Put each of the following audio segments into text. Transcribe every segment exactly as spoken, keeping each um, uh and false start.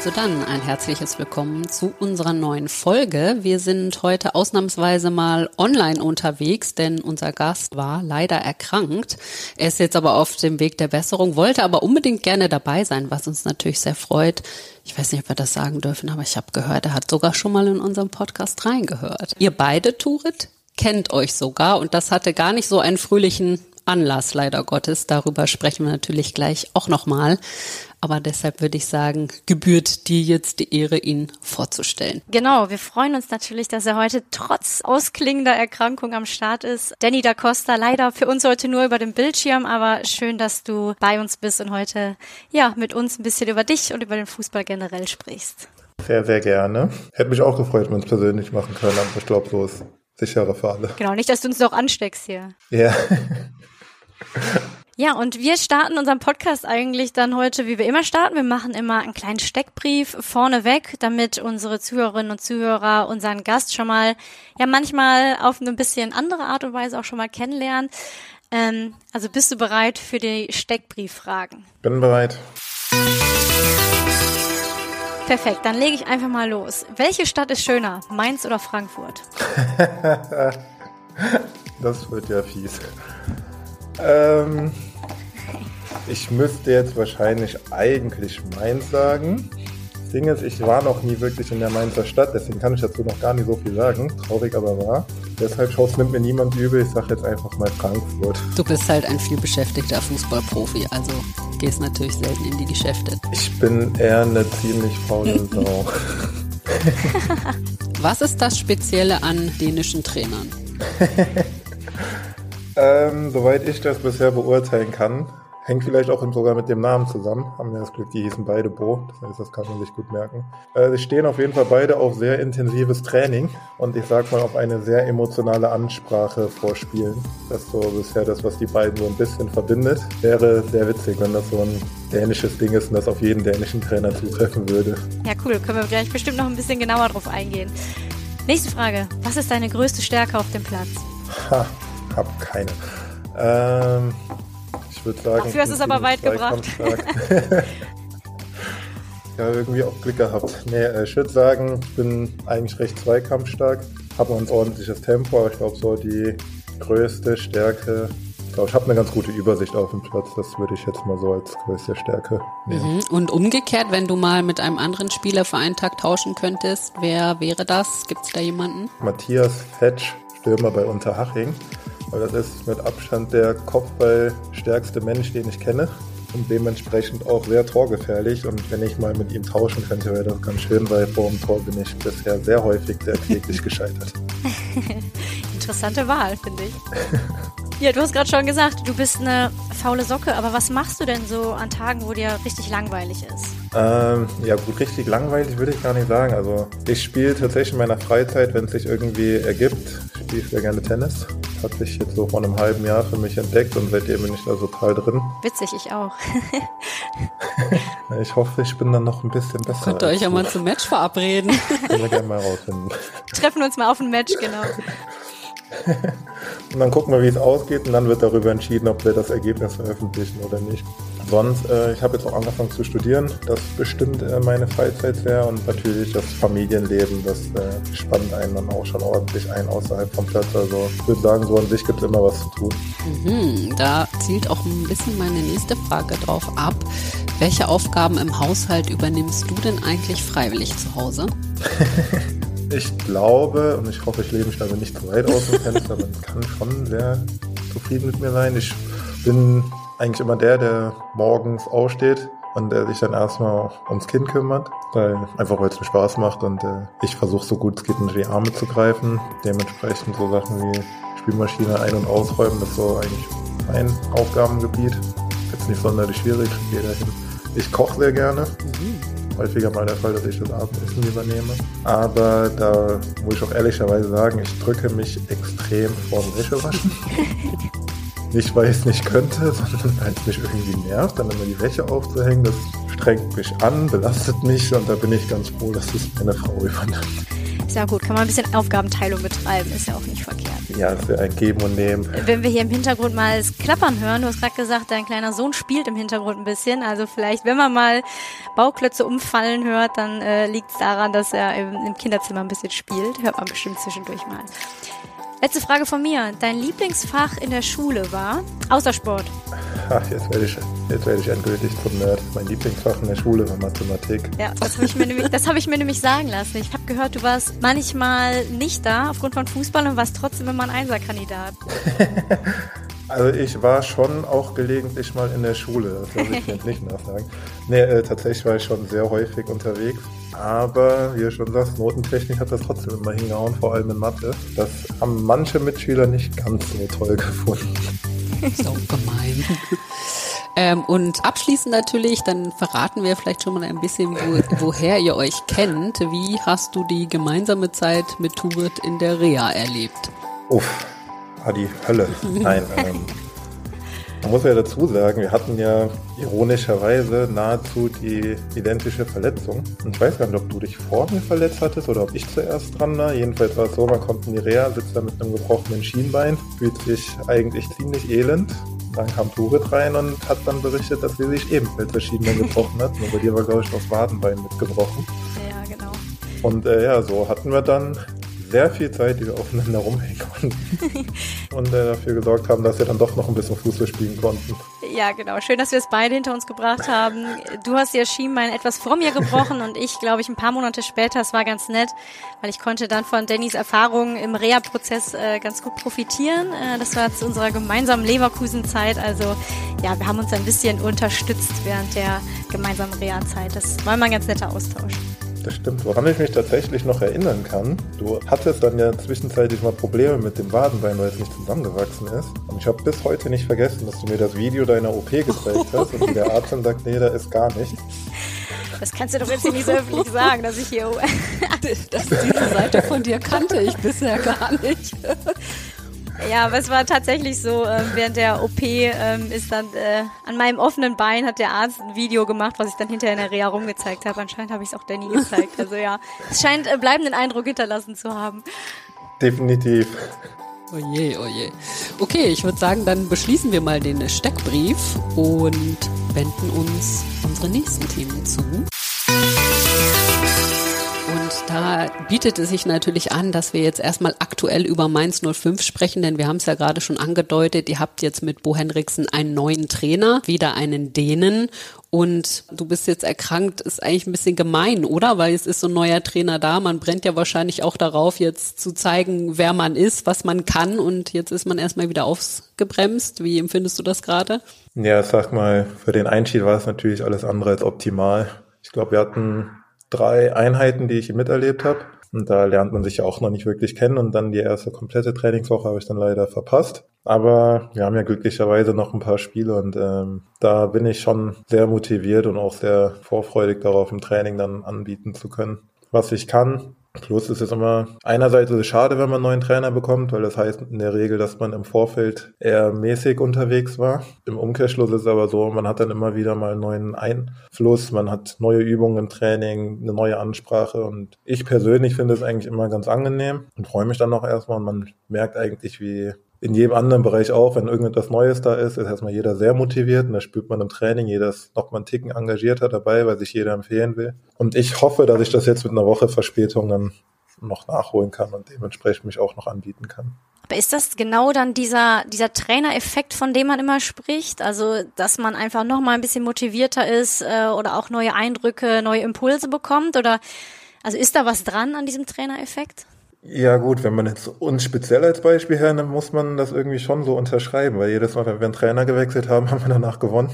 Also dann ein herzliches Willkommen zu unserer neuen Folge. Wir sind heute ausnahmsweise mal online unterwegs, denn unser Gast war leider erkrankt. Er ist jetzt aber auf dem Weg der Besserung, wollte aber unbedingt gerne dabei sein, was uns natürlich sehr freut. Ich weiß nicht, ob wir das sagen dürfen, aber ich habe gehört, er hat sogar schon mal in unserem Podcast reingehört. Ihr beide, Turit, kennt euch sogar und das hatte gar nicht so einen fröhlichen Anlass, leider Gottes. Darüber sprechen wir natürlich gleich auch nochmal. Aber deshalb würde ich sagen, gebührt dir jetzt die Ehre, ihn vorzustellen. Genau, wir freuen uns natürlich, dass er heute trotz ausklingender Erkrankung am Start ist. Danny da Costa, leider für uns heute nur über den Bildschirm, aber schön, dass du bei uns bist und heute ja mit uns ein bisschen über dich und über den Fußball generell sprichst. Sehr, sehr gerne. Hätte mich auch gefreut, wenn wir es persönlich machen können, aber ich glaube, so ist sicherer für alle. Genau, nicht, dass du uns noch ansteckst hier. Ja. Ja, und wir starten unseren Podcast eigentlich dann heute, wie wir immer starten. Wir machen immer einen kleinen Steckbrief vorneweg, damit unsere Zuhörerinnen und Zuhörer unseren Gast schon mal, ja manchmal auf eine bisschen andere Art und Weise auch schon mal kennenlernen. Ähm, also bist du bereit für die Steckbrieffragen? Bin bereit. Perfekt, dann lege ich einfach mal los. Welche Stadt ist schöner, Mainz oder Frankfurt? Das wird ja fies. Ähm, ich müsste jetzt wahrscheinlich eigentlich Mainz sagen. Das Ding ist, ich war noch nie wirklich in der Mainzer Stadt, deswegen kann ich dazu noch gar nicht so viel sagen. Traurig aber wahr. Deshalb, Schaus, nimmt mir niemand übel. Ich sage jetzt einfach mal Frankfurt. Du bist halt ein viel beschäftigter Fußballprofi, also gehst natürlich selten in die Geschäfte. Ich bin eher eine ziemlich faule Sau. Was ist das Spezielle an dänischen Trainern? Ähm, soweit ich das bisher beurteilen kann, hängt vielleicht auch sogar mit dem Namen zusammen. Haben wir das Glück, die hießen beide Bo, das heißt, das kann man sich gut merken. Äh, sie stehen auf jeden Fall beide auf sehr intensives Training und ich sag mal auf eine sehr emotionale Ansprache vor Spielen. Das ist so bisher das, was die beiden so ein bisschen verbindet. Wäre sehr witzig, wenn das so ein dänisches Ding ist und das auf jeden dänischen Trainer zutreffen würde. Ja, cool, können wir gleich bestimmt noch ein bisschen genauer drauf eingehen. Nächste Frage, was ist deine größte Stärke auf dem Platz? Ha. Hab keine. Ähm, ich würde sagen... Dafür hast du es aber weit gebracht. Ja, irgendwie auch Glück gehabt. Nee, ich würde sagen, ich bin eigentlich recht zweikampfstark. Habe ein ordentliches Tempo, aber ich glaube so die größte Stärke... Ich glaube, ich habe eine ganz gute Übersicht auf dem Platz. Das würde ich jetzt mal so als größte Stärke nehmen. Mhm. Und umgekehrt, wenn du mal mit einem anderen Spieler für einen Tag tauschen könntest, wer wäre das? Gibt es da jemanden? Matthias Fetsch, Stürmer bei Unterhaching. Weil das ist mit Abstand der Kopfballstärkste Mensch, den ich kenne und dementsprechend auch sehr torgefährlich. Und wenn ich mal mit ihm tauschen könnte, wäre das ganz schön, weil vor dem Tor bin ich bisher sehr häufig sehr kläglich gescheitert. Interessante Wahl, finde ich. Ja, du hast gerade schon gesagt, du bist eine faule Socke, aber was machst du denn so an Tagen, wo dir richtig langweilig ist? Ähm, ja gut, richtig langweilig würde ich gar nicht sagen. Also ich spiele tatsächlich in meiner Freizeit, wenn es sich irgendwie ergibt, spiele ich sehr gerne Tennis. Hat sich jetzt so vor einem halben Jahr für mich entdeckt und seitdem bin ich da total drin. Witzig, ich auch. Ich hoffe, ich bin dann noch ein bisschen besser. Könnt ihr euch ja mal zum Match verabreden. Können wir gerne mal rausfinden. Treffen uns mal auf ein Match, genau. Und dann gucken wir, wie es ausgeht und dann wird darüber entschieden, ob wir das Ergebnis veröffentlichen oder nicht. Sonst, äh, ich habe jetzt auch angefangen zu studieren. Das bestimmt äh, meine Freizeit sehr und natürlich das Familienleben, das äh, spannt einen dann auch schon ordentlich ein außerhalb vom Platz. Also ich würde sagen, so an sich gibt es immer was zu tun. Mhm, da zielt auch ein bisschen meine nächste Frage drauf ab. Welche Aufgaben im Haushalt übernimmst du denn eigentlich freiwillig zu Hause? Ich glaube, und ich hoffe, ich lebe mich da nicht zu weit aus dem Fenster, aber ich kann schon sehr zufrieden mit mir sein. Ich bin eigentlich immer der, der morgens aufsteht und der sich dann erstmal ums Kind kümmert, weil einfach weil es mir Spaß macht und äh, ich versuche so gut es geht unter die Arme zu greifen. Dementsprechend so Sachen wie Spülmaschine ein- und ausräumen, das ist so eigentlich mein Aufgabengebiet. Jetzt nicht sonderlich schwierig, jeder hin. Ich koche sehr gerne. Mhm. Häufiger mal der Fall, dass ich das Abendessen übernehme. Aber da muss ich auch ehrlicherweise sagen, ich drücke mich extrem vorm Wäschewaschen. Nicht, weil ich es nicht könnte, sondern weil es mich irgendwie nervt, dann immer die Wäsche aufzuhängen. Das strengt mich an, belastet mich und da bin ich ganz froh, dass es meine Frau übernimmt. Ist ja gut, kann man ein bisschen Aufgabenteilung betreiben, ist ja auch nicht verkehrt. Ja, es wäre ein Geben und Nehmen. Wenn wir hier im Hintergrund mal das Klappern hören, du hast gerade gesagt, dein kleiner Sohn spielt im Hintergrund ein bisschen, also vielleicht, wenn man mal Bauklötze umfallen hört, dann äh, liegt es daran, dass er im, im Kinderzimmer ein bisschen spielt, hört man bestimmt zwischendurch mal. Letzte Frage von mir. Dein Lieblingsfach in der Schule war? Außer Sport. Ach, jetzt werde ich, jetzt werde ich endgültig zum Nerd. Mein Lieblingsfach in der Schule war Mathematik. Ja, das habe ich mir nämlich, das habe ich mir nämlich sagen lassen. Ich habe gehört, du warst manchmal nicht da aufgrund von Fußball und warst trotzdem immer ein Einserkandidat. Also ich war schon auch gelegentlich mal in der Schule, das lasse ich mir jetzt nicht nachsagen. Nee, äh, tatsächlich war ich schon sehr häufig unterwegs. Aber, wie du schon sagst, Notentechnik hat das trotzdem immer hingehauen, vor allem in Mathe. Das haben manche Mitschüler nicht ganz so toll gefunden. So gemein. Ähm, und abschließend natürlich, dann verraten wir vielleicht schon mal ein bisschen, wo, woher ihr euch kennt. Wie hast du die gemeinsame Zeit mit Turit in der Reha erlebt? Uff, war die Hölle. Nein, ähm, man muss ja dazu sagen, wir hatten ja ironischerweise nahezu die identische Verletzung. Und ich weiß gar nicht, ob du dich vor mir verletzt hattest oder ob ich zuerst dran war. Jedenfalls war es so, man kommt in die Reha, sitzt da mit einem gebrochenen Schienbein, fühlt sich eigentlich ziemlich elend. Dann kam Turit rein und hat dann berichtet, dass sie sich ebenfalls das Schienbein gebrochen hat. Nur bei dir war, glaube ich, das Wadenbein mitgebrochen. Ja, genau. Und äh, ja, so hatten wir dann sehr viel Zeit, die wir aufeinander rumhängen konnten. Und äh, dafür gesorgt haben, dass wir dann doch noch ein bisschen Fußball spielen konnten. Ja, genau. Schön, dass wir es beide hinter uns gebracht haben. Du hast dir das Schienbein etwas vor mir gebrochen und ich, glaube ich, ein paar Monate später. Es war ganz nett, weil ich konnte dann von Dannys Erfahrungen im Reha-Prozess äh, ganz gut profitieren. Äh, das war zu unserer gemeinsamen Leverkusen-Zeit. Also ja, wir haben uns ein bisschen unterstützt während der gemeinsamen Reha-Zeit. Das war immer ein ganz netter Austausch. Das stimmt. Woran ich mich tatsächlich noch erinnern kann, du hattest dann ja zwischenzeitlich mal Probleme mit dem Wadenbein, weil es nicht zusammengewachsen ist. Und ich habe bis heute nicht vergessen, dass du mir das Video deiner O P gezeigt hast und der Arzt dann sagt, nee, da ist gar nichts. Das kannst du doch jetzt hier nicht so öffentlich sagen, dass ich hier... Das, diese Seite von dir kannte ich bisher gar nicht. Ja, aber es war tatsächlich so, äh, während der O P ähm, ist dann äh, an meinem offenen Bein hat der Arzt ein Video gemacht, was ich dann hinterher in der Reha rumgezeigt habe. Anscheinend habe ich es auch Danny gezeigt. Also ja, es scheint äh, bleibenden Eindruck hinterlassen zu haben. Definitiv. Oje, oje. Okay, ich würde sagen, dann beschließen wir mal den Steckbrief und wenden uns unsere nächsten Themen zu. Und da bietet es sich natürlich an, dass wir jetzt erstmal aktuell über Mainz null fünf sprechen, denn wir haben es ja gerade schon angedeutet, ihr habt jetzt mit Bo Henriksen einen neuen Trainer, wieder einen Dänen, und du bist jetzt erkrankt, ist eigentlich ein bisschen gemein, oder? Weil es ist so ein neuer Trainer da, man brennt ja wahrscheinlich auch darauf, jetzt zu zeigen, wer man ist, was man kann, und jetzt ist man erstmal wieder ausgebremst. Wie empfindest du das gerade? Ja, sag mal, für den Einstieg war es natürlich alles andere als optimal. Ich glaube, wir hatten drei Einheiten, die ich miterlebt habe. Und da lernt man sich ja auch noch nicht wirklich kennen. Und dann die erste komplette Trainingswoche habe ich dann leider verpasst. Aber wir haben ja glücklicherweise noch ein paar Spiele. Und ähm, da bin ich schon sehr motiviert und auch sehr vorfreudig darauf, im Training dann anbieten zu können, was ich kann. Plus ist es immer, einerseits ist es schade, wenn man einen neuen Trainer bekommt, weil das heißt in der Regel, dass man im Vorfeld eher mäßig unterwegs war. Im Umkehrschluss ist es aber so, man hat dann immer wieder mal einen neuen Einfluss, man hat neue Übungen im Training, eine neue Ansprache, und ich persönlich finde es eigentlich immer ganz angenehm und freue mich dann auch erstmal, und man merkt eigentlich, wie in jedem anderen Bereich auch, wenn irgendetwas Neues da ist, ist erstmal jeder sehr motiviert, und das spürt man im Training, jeder ist noch mal einen Ticken engagierter dabei, weil sich jeder empfehlen will. Und ich hoffe, dass ich das jetzt mit einer Woche Verspätung dann noch nachholen kann und dementsprechend mich auch noch anbieten kann. Aber ist das genau dann dieser dieser Trainereffekt, von dem man immer spricht? Also, dass man einfach noch mal ein bisschen motivierter ist äh, oder auch neue Eindrücke, neue Impulse bekommt? Oder also ist da was dran an diesem Trainereffekt? Ja gut, wenn man jetzt uns speziell als Beispiel hernimmt, muss man das irgendwie schon so unterschreiben, weil jedes Mal, wenn wir einen Trainer gewechselt haben, haben wir danach gewonnen.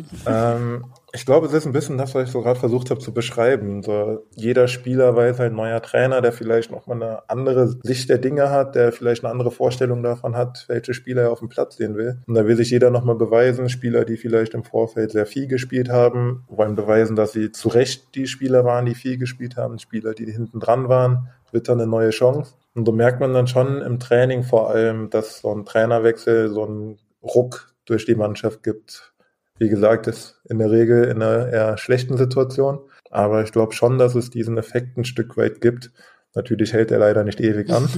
ähm, ich glaube, es ist ein bisschen das, was ich so gerade versucht habe zu beschreiben. So, jeder Spieler weiß halt, neuer Trainer, der vielleicht nochmal eine andere Sicht der Dinge hat, der vielleicht eine andere Vorstellung davon hat, welche Spieler er auf dem Platz sehen will. Und da will sich jeder nochmal beweisen. Spieler, die vielleicht im Vorfeld sehr viel gespielt haben, wollen beweisen, dass sie zu Recht die Spieler waren, die viel gespielt haben. Spieler, die hinten dran waren, wird dann eine neue Chance. Und so merkt man dann schon im Training vor allem, dass so ein Trainerwechsel so einen Ruck durch die Mannschaft gibt. Wie gesagt, ist in der Regel in einer eher schlechten Situation. Aber ich glaube schon, dass es diesen Effekt ein Stück weit gibt, Natürlich hält er leider nicht ewig an.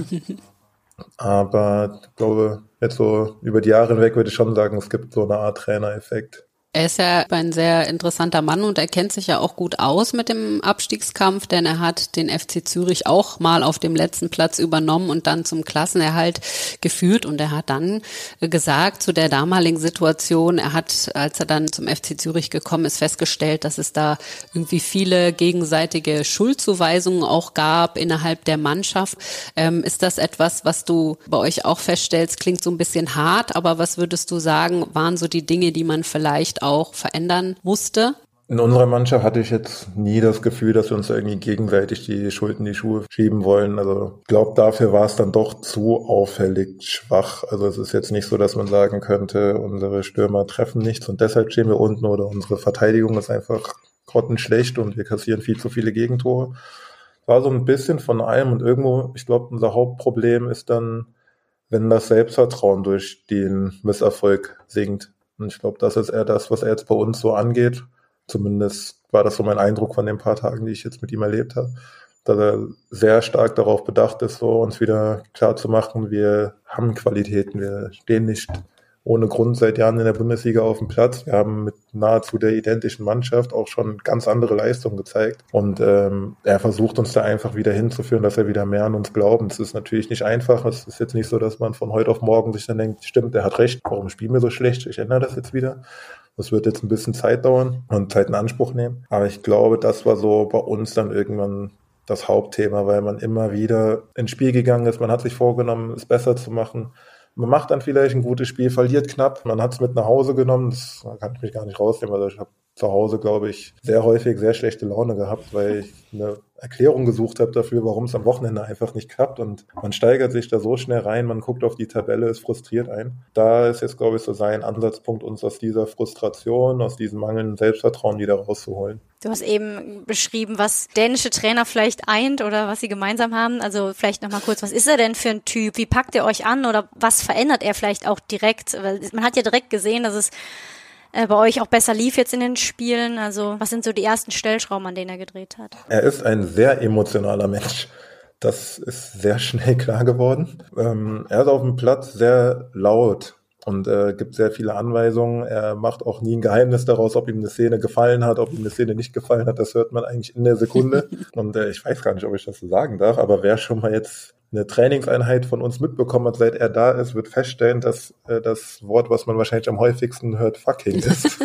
Aber ich glaube, jetzt so über die Jahre hinweg würde ich schon sagen, es gibt so eine Art Trainereffekt. Er ist ja ein sehr interessanter Mann und er kennt sich ja auch gut aus mit dem Abstiegskampf, denn er hat den F C Zürich auch mal auf dem letzten Platz übernommen und dann zum Klassenerhalt geführt. Und er hat dann gesagt, zu der damaligen Situation, er hat, als er dann zum F C Zürich gekommen ist, festgestellt, dass es da irgendwie viele gegenseitige Schuldzuweisungen auch gab innerhalb der Mannschaft. Ähm, ist das etwas, was du bei euch auch feststellst? Klingt so ein bisschen hart, aber was würdest du sagen, waren so die Dinge, die man vielleicht auch verändern musste? In unserer Mannschaft hatte ich jetzt nie das Gefühl, dass wir uns irgendwie gegenseitig die Schuld in die Schuhe schieben wollen. Also ich glaube, dafür war es dann doch zu auffällig schwach. Also es ist jetzt nicht so, dass man sagen könnte, unsere Stürmer treffen nichts und deshalb stehen wir unten oder unsere Verteidigung ist einfach grottenschlecht und wir kassieren viel zu viele Gegentore. War so ein bisschen von allem und irgendwo, ich glaube, unser Hauptproblem ist dann, wenn das Selbstvertrauen durch den Misserfolg sinkt. Und ich glaube, das ist eher das, was er jetzt bei uns so angeht. Zumindest war das so mein Eindruck von den paar Tagen, die ich jetzt mit ihm erlebt habe. Dass er sehr stark darauf bedacht ist, so uns wieder klar zu machen, wir haben Qualitäten, wir stehen nicht ohne Grund seit Jahren in der Bundesliga auf dem Platz. Wir haben mit nahezu der identischen Mannschaft auch schon ganz andere Leistungen gezeigt. Und ähm, er versucht uns da einfach wieder hinzuführen, dass er wieder mehr an uns glaubt. Es ist natürlich nicht einfach. Es ist jetzt nicht so, dass man von heute auf morgen sich dann denkt, stimmt, der hat recht, warum spielen wir so schlecht? Ich ändere das jetzt wieder. Das wird jetzt ein bisschen Zeit dauern und Zeit in Anspruch nehmen. Aber ich glaube, das war so bei uns dann irgendwann das Hauptthema, weil man immer wieder ins Spiel gegangen ist. Man hat sich vorgenommen, es besser zu machen. Man macht dann vielleicht ein gutes Spiel, verliert knapp. Man hat es mit nach Hause genommen. Das da kann ich mich gar nicht rausnehmen. Also ich habe zu Hause, glaube ich, sehr häufig sehr schlechte Laune gehabt, weil ich eine Erklärung gesucht habe dafür, warum es am Wochenende einfach nicht klappt. Und man steigert sich da so schnell rein, man guckt auf die Tabelle, es frustriert einen. Da ist jetzt, glaube ich, so sein Ansatzpunkt, uns aus dieser Frustration, aus diesem mangelnden Selbstvertrauen wieder rauszuholen. Du hast eben beschrieben, was dänische Trainer vielleicht eint oder was sie gemeinsam haben. Also vielleicht nochmal kurz, was ist er denn für ein Typ? Wie packt er euch an oder was verändert er vielleicht auch direkt? Weil man hat ja direkt gesehen, dass es äh, bei euch auch besser lief jetzt in den Spielen. Also was sind so die ersten Stellschrauben, an denen er gedreht hat? Er ist ein sehr emotionaler Mensch. Das ist sehr schnell klar geworden. Ähm, er ist auf dem Platz sehr laut und äh, gibt sehr viele Anweisungen. Er macht auch nie ein Geheimnis daraus, ob ihm eine Szene gefallen hat, ob ihm eine Szene nicht gefallen hat. Das hört man eigentlich in der Sekunde. Und äh, ich weiß gar nicht, ob ich das so sagen darf, aber wer schon mal jetzt eine Trainingseinheit von uns mitbekommen hat, seit er da ist, wird feststellen, dass äh, das Wort, was man wahrscheinlich am häufigsten hört, fucking ist.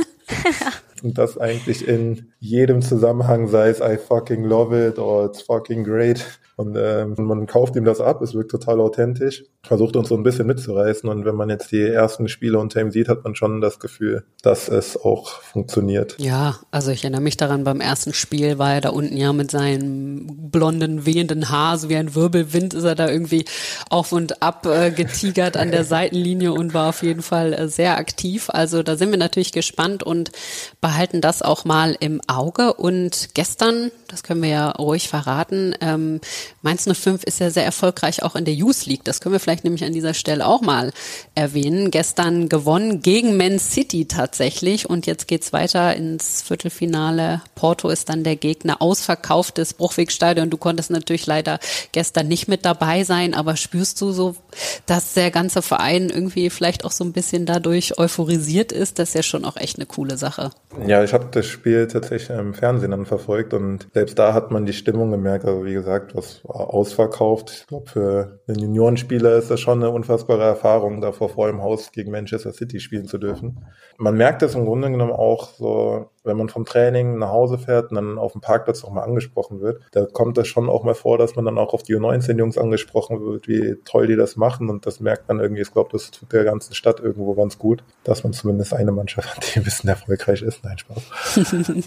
Und das eigentlich in jedem Zusammenhang, sei es I fucking love it or it's fucking great. Und ähm, man kauft ihm das ab, es wirkt total authentisch, versucht uns so ein bisschen mitzureißen. Und wenn man jetzt die ersten Spiele unter ihm sieht, hat man schon das Gefühl, dass es auch funktioniert. Ja, also ich erinnere mich daran, beim ersten Spiel war er da unten ja mit seinem blonden, wehenden Haar, so wie ein Wirbelwind ist er da irgendwie auf und ab äh, getigert an der Seitenlinie und war auf jeden Fall äh, sehr aktiv. Also da sind wir natürlich gespannt und behalten das auch mal im Auge. Und gestern, das können wir ja ruhig verraten, ähm, Mainz null fünf ist ja sehr erfolgreich auch in der Youth League. Das können wir vielleicht nämlich an dieser Stelle auch mal erwähnen. Gestern gewonnen gegen Man City tatsächlich und jetzt geht's weiter ins Viertelfinale. Porto ist dann der Gegner, ausverkauftes Bruchwegstadion. Du konntest natürlich leider gestern nicht mit dabei sein, aber spürst du so, dass der ganze Verein irgendwie vielleicht auch so ein bisschen dadurch euphorisiert ist? Das ist ja schon auch echt eine coole Sache. Ja, ich habe das Spiel tatsächlich im Fernsehen dann verfolgt und selbst da hat man die Stimmung gemerkt. Also wie gesagt, was war ausverkauft. Ich glaube, für einen Juniorenspieler ist das schon eine unfassbare Erfahrung, da vor vollem Haus gegen Manchester City spielen zu dürfen. Man merkt das im Grunde genommen auch so, wenn man vom Training nach Hause fährt und dann auf dem Parkplatz auch mal angesprochen wird, da kommt das schon auch mal vor, dass man dann auch auf die U neunzehn-Jungs angesprochen wird, wie toll die das machen und das merkt man irgendwie, ich glaube, das tut der ganzen Stadt irgendwo ganz gut, dass man zumindest eine Mannschaft hat, die ein bisschen erfolgreich ist. Nein, Spaß.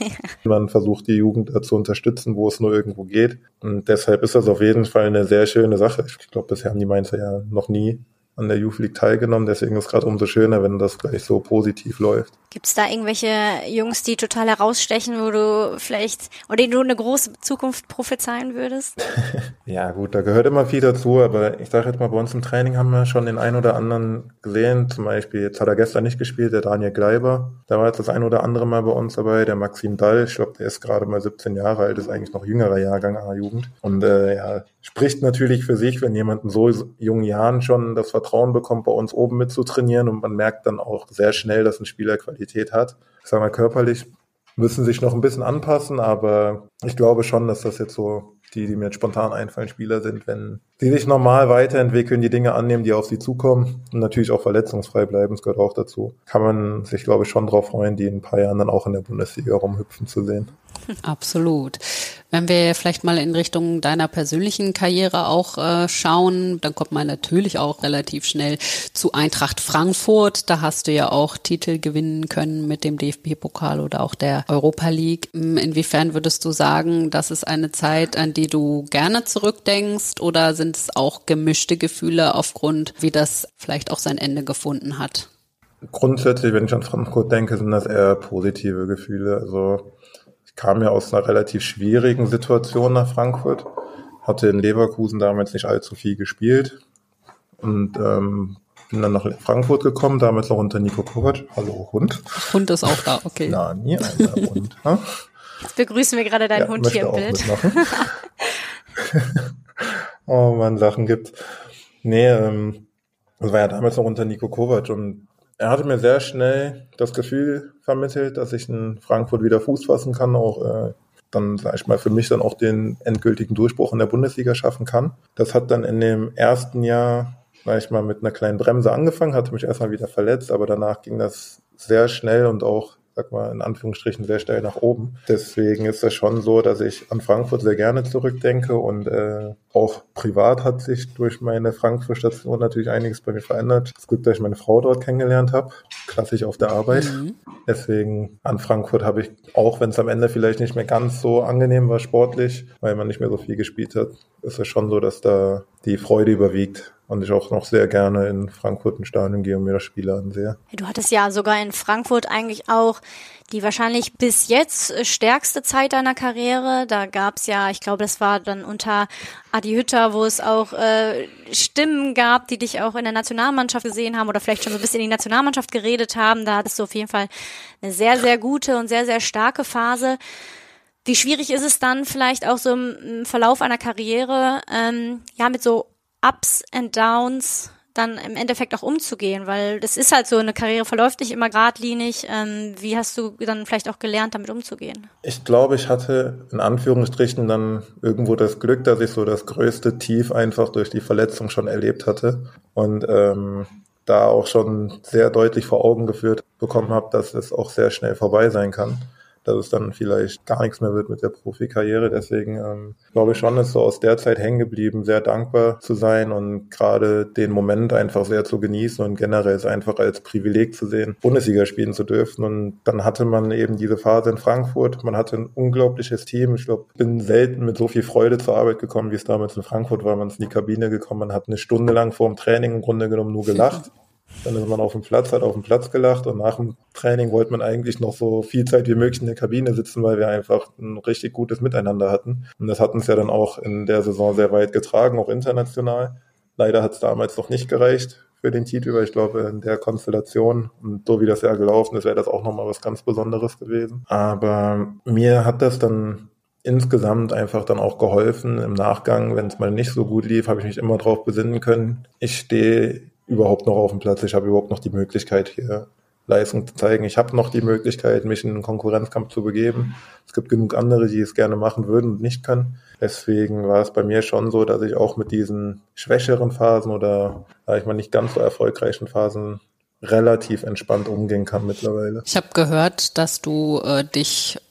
Man versucht, die Jugend zu unterstützen, wo es nur irgendwo geht und deshalb ist das auf jeden Fall eine sehr schöne Sache. Ich glaube, bisher haben die Mainzer ja noch nie an der Youth League teilgenommen. Deswegen ist es gerade umso schöner, wenn das gleich so positiv läuft. Gibt's da irgendwelche Jungs, die total herausstechen, wo du vielleicht, oder denen du eine große Zukunft prophezeien würdest? Ja gut, da gehört immer viel dazu, aber ich sage jetzt mal, bei uns im Training haben wir schon den einen oder anderen gesehen. Zum Beispiel, jetzt hat er gestern nicht gespielt, der Daniel Gleiber. Da war jetzt das ein oder andere Mal bei uns dabei. Der Maxim Dall, ich glaube, der ist gerade mal siebzehn Jahre alt, ist eigentlich noch jüngerer Jahrgang A-Jugend. Und äh, ja, spricht natürlich für sich, wenn jemand in so jungen Jahren schon das Vertrauen bekommt, bei uns oben mitzutrainieren, und man merkt dann auch sehr schnell, dass ein Spieler Qualität hat. Ich sage mal, körperlich müssen sich noch ein bisschen anpassen, aber ich glaube schon, dass das jetzt so die, die mir jetzt spontan einfallen, Spieler sind, wenn die sich normal weiterentwickeln, die Dinge annehmen, die auf sie zukommen und natürlich auch verletzungsfrei bleiben, das gehört auch dazu, kann man sich, glaube ich, schon darauf freuen, die in ein paar Jahren dann auch in der Bundesliga rumhüpfen zu sehen. Absolut. Wenn wir vielleicht mal in Richtung deiner persönlichen Karriere auch äh, schauen, dann kommt man natürlich auch relativ schnell zu Eintracht Frankfurt. Da hast du ja auch Titel gewinnen können mit dem D F B-Pokal oder auch der Europa League. Inwiefern würdest du sagen, das ist eine Zeit, an die du gerne zurückdenkst, oder sind es auch gemischte Gefühle aufgrund, wie das vielleicht auch sein Ende gefunden hat? Grundsätzlich, wenn ich an Frankfurt denke, sind das eher positive Gefühle. Also ich kam ja aus einer relativ schwierigen Situation nach Frankfurt, hatte in Leverkusen damals nicht allzu viel gespielt und ähm, bin dann nach Frankfurt gekommen, damals noch unter Nico Kovac. Hallo Hund. Hund ist auch da, okay. Na, nie ein Hund. Ha? Jetzt begrüßen wir gerade deinen ja, Hund hier im Bild. Oh man, Sachen gibt's. Nee, ähm, das war ja damals noch unter Nico Kovac, und er hatte mir sehr schnell das Gefühl vermittelt, dass ich in Frankfurt wieder Fuß fassen kann, auch äh, dann, sag ich mal, für mich dann auch den endgültigen Durchbruch in der Bundesliga schaffen kann. Das hat dann in dem ersten Jahr, sag ich mal, mit einer kleinen Bremse angefangen, hatte mich erstmal wieder verletzt, aber danach ging das sehr schnell und auch, sag mal, in Anführungsstrichen sehr steil nach oben. Deswegen ist das schon so, dass ich an Frankfurt sehr gerne zurückdenke, und äh, auch privat hat sich durch meine Frankfurt-Station natürlich einiges bei mir verändert. Das Glück, dass ich meine Frau dort kennengelernt habe, klassisch auf der Arbeit. Mhm. Deswegen an Frankfurt habe ich, auch wenn es am Ende vielleicht nicht mehr ganz so angenehm war sportlich, weil man nicht mehr so viel gespielt hat, ist es schon so, dass da die Freude überwiegt. Und ich auch noch sehr gerne in Frankfurt ins Stadion gehe und mir das Spiel ansehe. Du hattest ja sogar in Frankfurt eigentlich auch die wahrscheinlich bis jetzt stärkste Zeit deiner Karriere. Da gab's ja, ich glaube, das war dann unter Adi Hütter, wo es auch äh, Stimmen gab, die dich auch in der Nationalmannschaft gesehen haben oder vielleicht schon so ein bisschen in die Nationalmannschaft geredet haben. Da hattest du auf jeden Fall eine sehr, sehr gute und sehr, sehr starke Phase. Wie schwierig ist es dann vielleicht auch so im Verlauf einer Karriere, ähm, ja, mit so Ups and Downs dann im Endeffekt auch umzugehen, weil das ist halt so, eine Karriere verläuft nicht immer geradlinig. Ähm, wie hast du dann vielleicht auch gelernt, damit umzugehen? Ich glaube, ich hatte in Anführungsstrichen dann irgendwo das Glück, dass ich so das größte Tief einfach durch die Verletzung schon erlebt hatte und ähm, da auch schon sehr deutlich vor Augen geführt bekommen habe, dass es auch sehr schnell vorbei sein kann, dass es dann vielleicht gar nichts mehr wird mit der Profikarriere. Deswegen ähm, glaube ich schon, ist so aus der Zeit hängen geblieben, sehr dankbar zu sein und gerade den Moment einfach sehr zu genießen und generell es einfach als Privileg zu sehen, Bundesliga spielen zu dürfen. Und dann hatte man eben diese Phase in Frankfurt. Man hatte ein unglaubliches Team. Ich glaube, bin selten mit so viel Freude zur Arbeit gekommen, wie es damals in Frankfurt war. Man ist in die Kabine gekommen, man hat eine Stunde lang vor dem Training im Grunde genommen nur gelacht. Dann ist man auf dem Platz, hat auf dem Platz gelacht und nach dem Training wollte man eigentlich noch so viel Zeit wie möglich in der Kabine sitzen, weil wir einfach ein richtig gutes Miteinander hatten. Und das hat uns ja dann auch in der Saison sehr weit getragen, auch international. Leider hat es damals noch nicht gereicht für den Titel, weil ich glaube, in der Konstellation und so wie das Jahr gelaufen ist, wäre das auch nochmal was ganz Besonderes gewesen. Aber mir hat das dann insgesamt einfach dann auch geholfen. Im Nachgang, wenn es mal nicht so gut lief, habe ich mich immer drauf besinnen können. Ich stehe überhaupt noch auf dem Platz. Ich habe überhaupt noch die Möglichkeit, hier Leistung zu zeigen. Ich habe noch die Möglichkeit, mich in einen Konkurrenzkampf zu begeben. Es gibt genug andere, die es gerne machen würden und nicht können. Deswegen war es bei mir schon so, dass ich auch mit diesen schwächeren Phasen oder, sag ich mal, nicht ganz so erfolgreichen Phasen relativ entspannt umgehen kann mittlerweile. Ich habe gehört, dass du äh, dich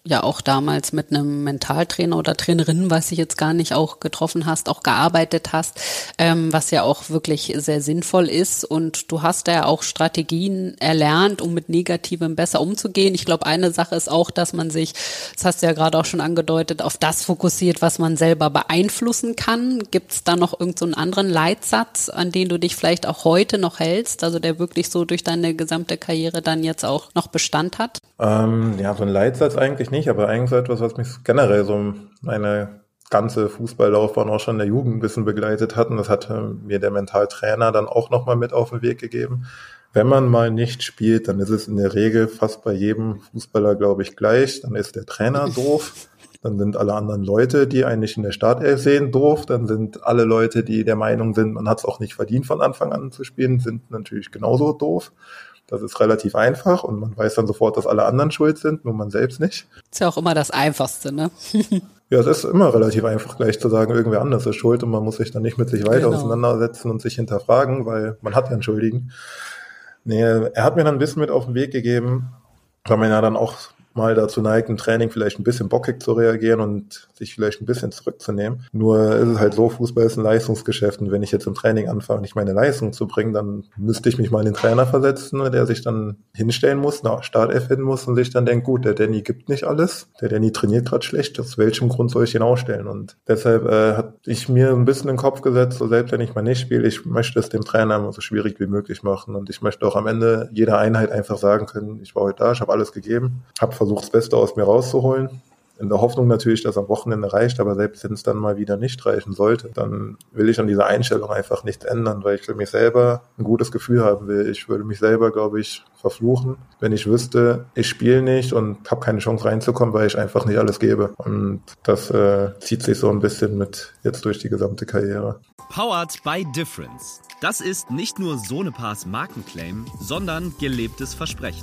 ja auch damals mit einem Mentaltrainer oder Trainerin, weiß ich jetzt gar nicht, auch getroffen hast, auch gearbeitet hast, ähm, was ja auch wirklich sehr sinnvoll ist. Und du hast ja auch Strategien erlernt, um mit Negativem besser umzugehen. Ich glaube, eine Sache ist auch, dass man sich, das hast du ja gerade auch schon angedeutet, auf das fokussiert, was man selber beeinflussen kann. Gibt es da noch irgend so einen anderen Leitsatz, an den du dich vielleicht auch heute noch hältst, also der wirklich so durch deine gesamte Karriere dann jetzt auch noch Bestand hat? Ähm, ja, so ein Leitsatz eigentlich nicht, aber eigentlich so etwas, was mich generell so meine ganze Fußballlaufbahn auch schon in der Jugend ein bisschen begleitet hat. Und das hat mir der Mentaltrainer dann auch nochmal mit auf den Weg gegeben. Wenn man mal nicht spielt, dann ist es in der Regel fast bei jedem Fußballer, glaube ich, gleich. Dann ist der Trainer doof. Dann sind alle anderen Leute, die eigentlich in der Startelf sehen, doof. Dann sind alle Leute, die der Meinung sind, man hat es auch nicht verdient, von Anfang an zu spielen, sind natürlich genauso doof. Das ist relativ einfach und man weiß dann sofort, dass alle anderen schuld sind, nur man selbst nicht. Ist ja auch immer das Einfachste, ne? Ja, es ist immer relativ einfach, gleich zu sagen, irgendwer anders ist schuld und man muss sich dann nicht mit sich weiter genau. auseinandersetzen und sich hinterfragen, weil man hat ja einen Schuldigen. Nee, er hat mir dann ein bisschen mit auf den Weg gegeben, weil man ja dann auch mal dazu neigt, im Training vielleicht ein bisschen bockig zu reagieren und sich vielleicht ein bisschen zurückzunehmen. Nur ist es halt so, Fußball ist ein Leistungsgeschäft und wenn ich jetzt im Training anfange, nicht meine Leistung zu bringen, dann müsste ich mich mal in den Trainer versetzen, der sich dann hinstellen muss, eine Startelf finden muss und sich dann denkt, gut, der Danny gibt nicht alles, der Danny trainiert gerade schlecht, aus welchem Grund soll ich ihn ausstellen? Und deshalb äh, hat ich mir ein bisschen in den Kopf gesetzt, so selbst wenn ich mal nicht spiele, ich möchte es dem Trainer immer so schwierig wie möglich machen und ich möchte auch am Ende jeder Einheit einfach sagen können, ich war heute da, ich habe alles gegeben, habe versucht, das Beste aus mir rauszuholen. In der Hoffnung natürlich, dass am Wochenende reicht, aber selbst wenn es dann mal wieder nicht reichen sollte, dann will ich an dieser Einstellung einfach nichts ändern, weil ich für mich selber ein gutes Gefühl haben will. Ich würde mich selber, glaube ich, verfluchen, wenn ich wüsste, ich spiele nicht und habe keine Chance reinzukommen, weil ich einfach nicht alles gebe. Und das äh, zieht sich so ein bisschen mit jetzt durch die gesamte Karriere. Powered by Difference. Das ist nicht nur Sonepars Markenclaim, sondern gelebtes Versprechen.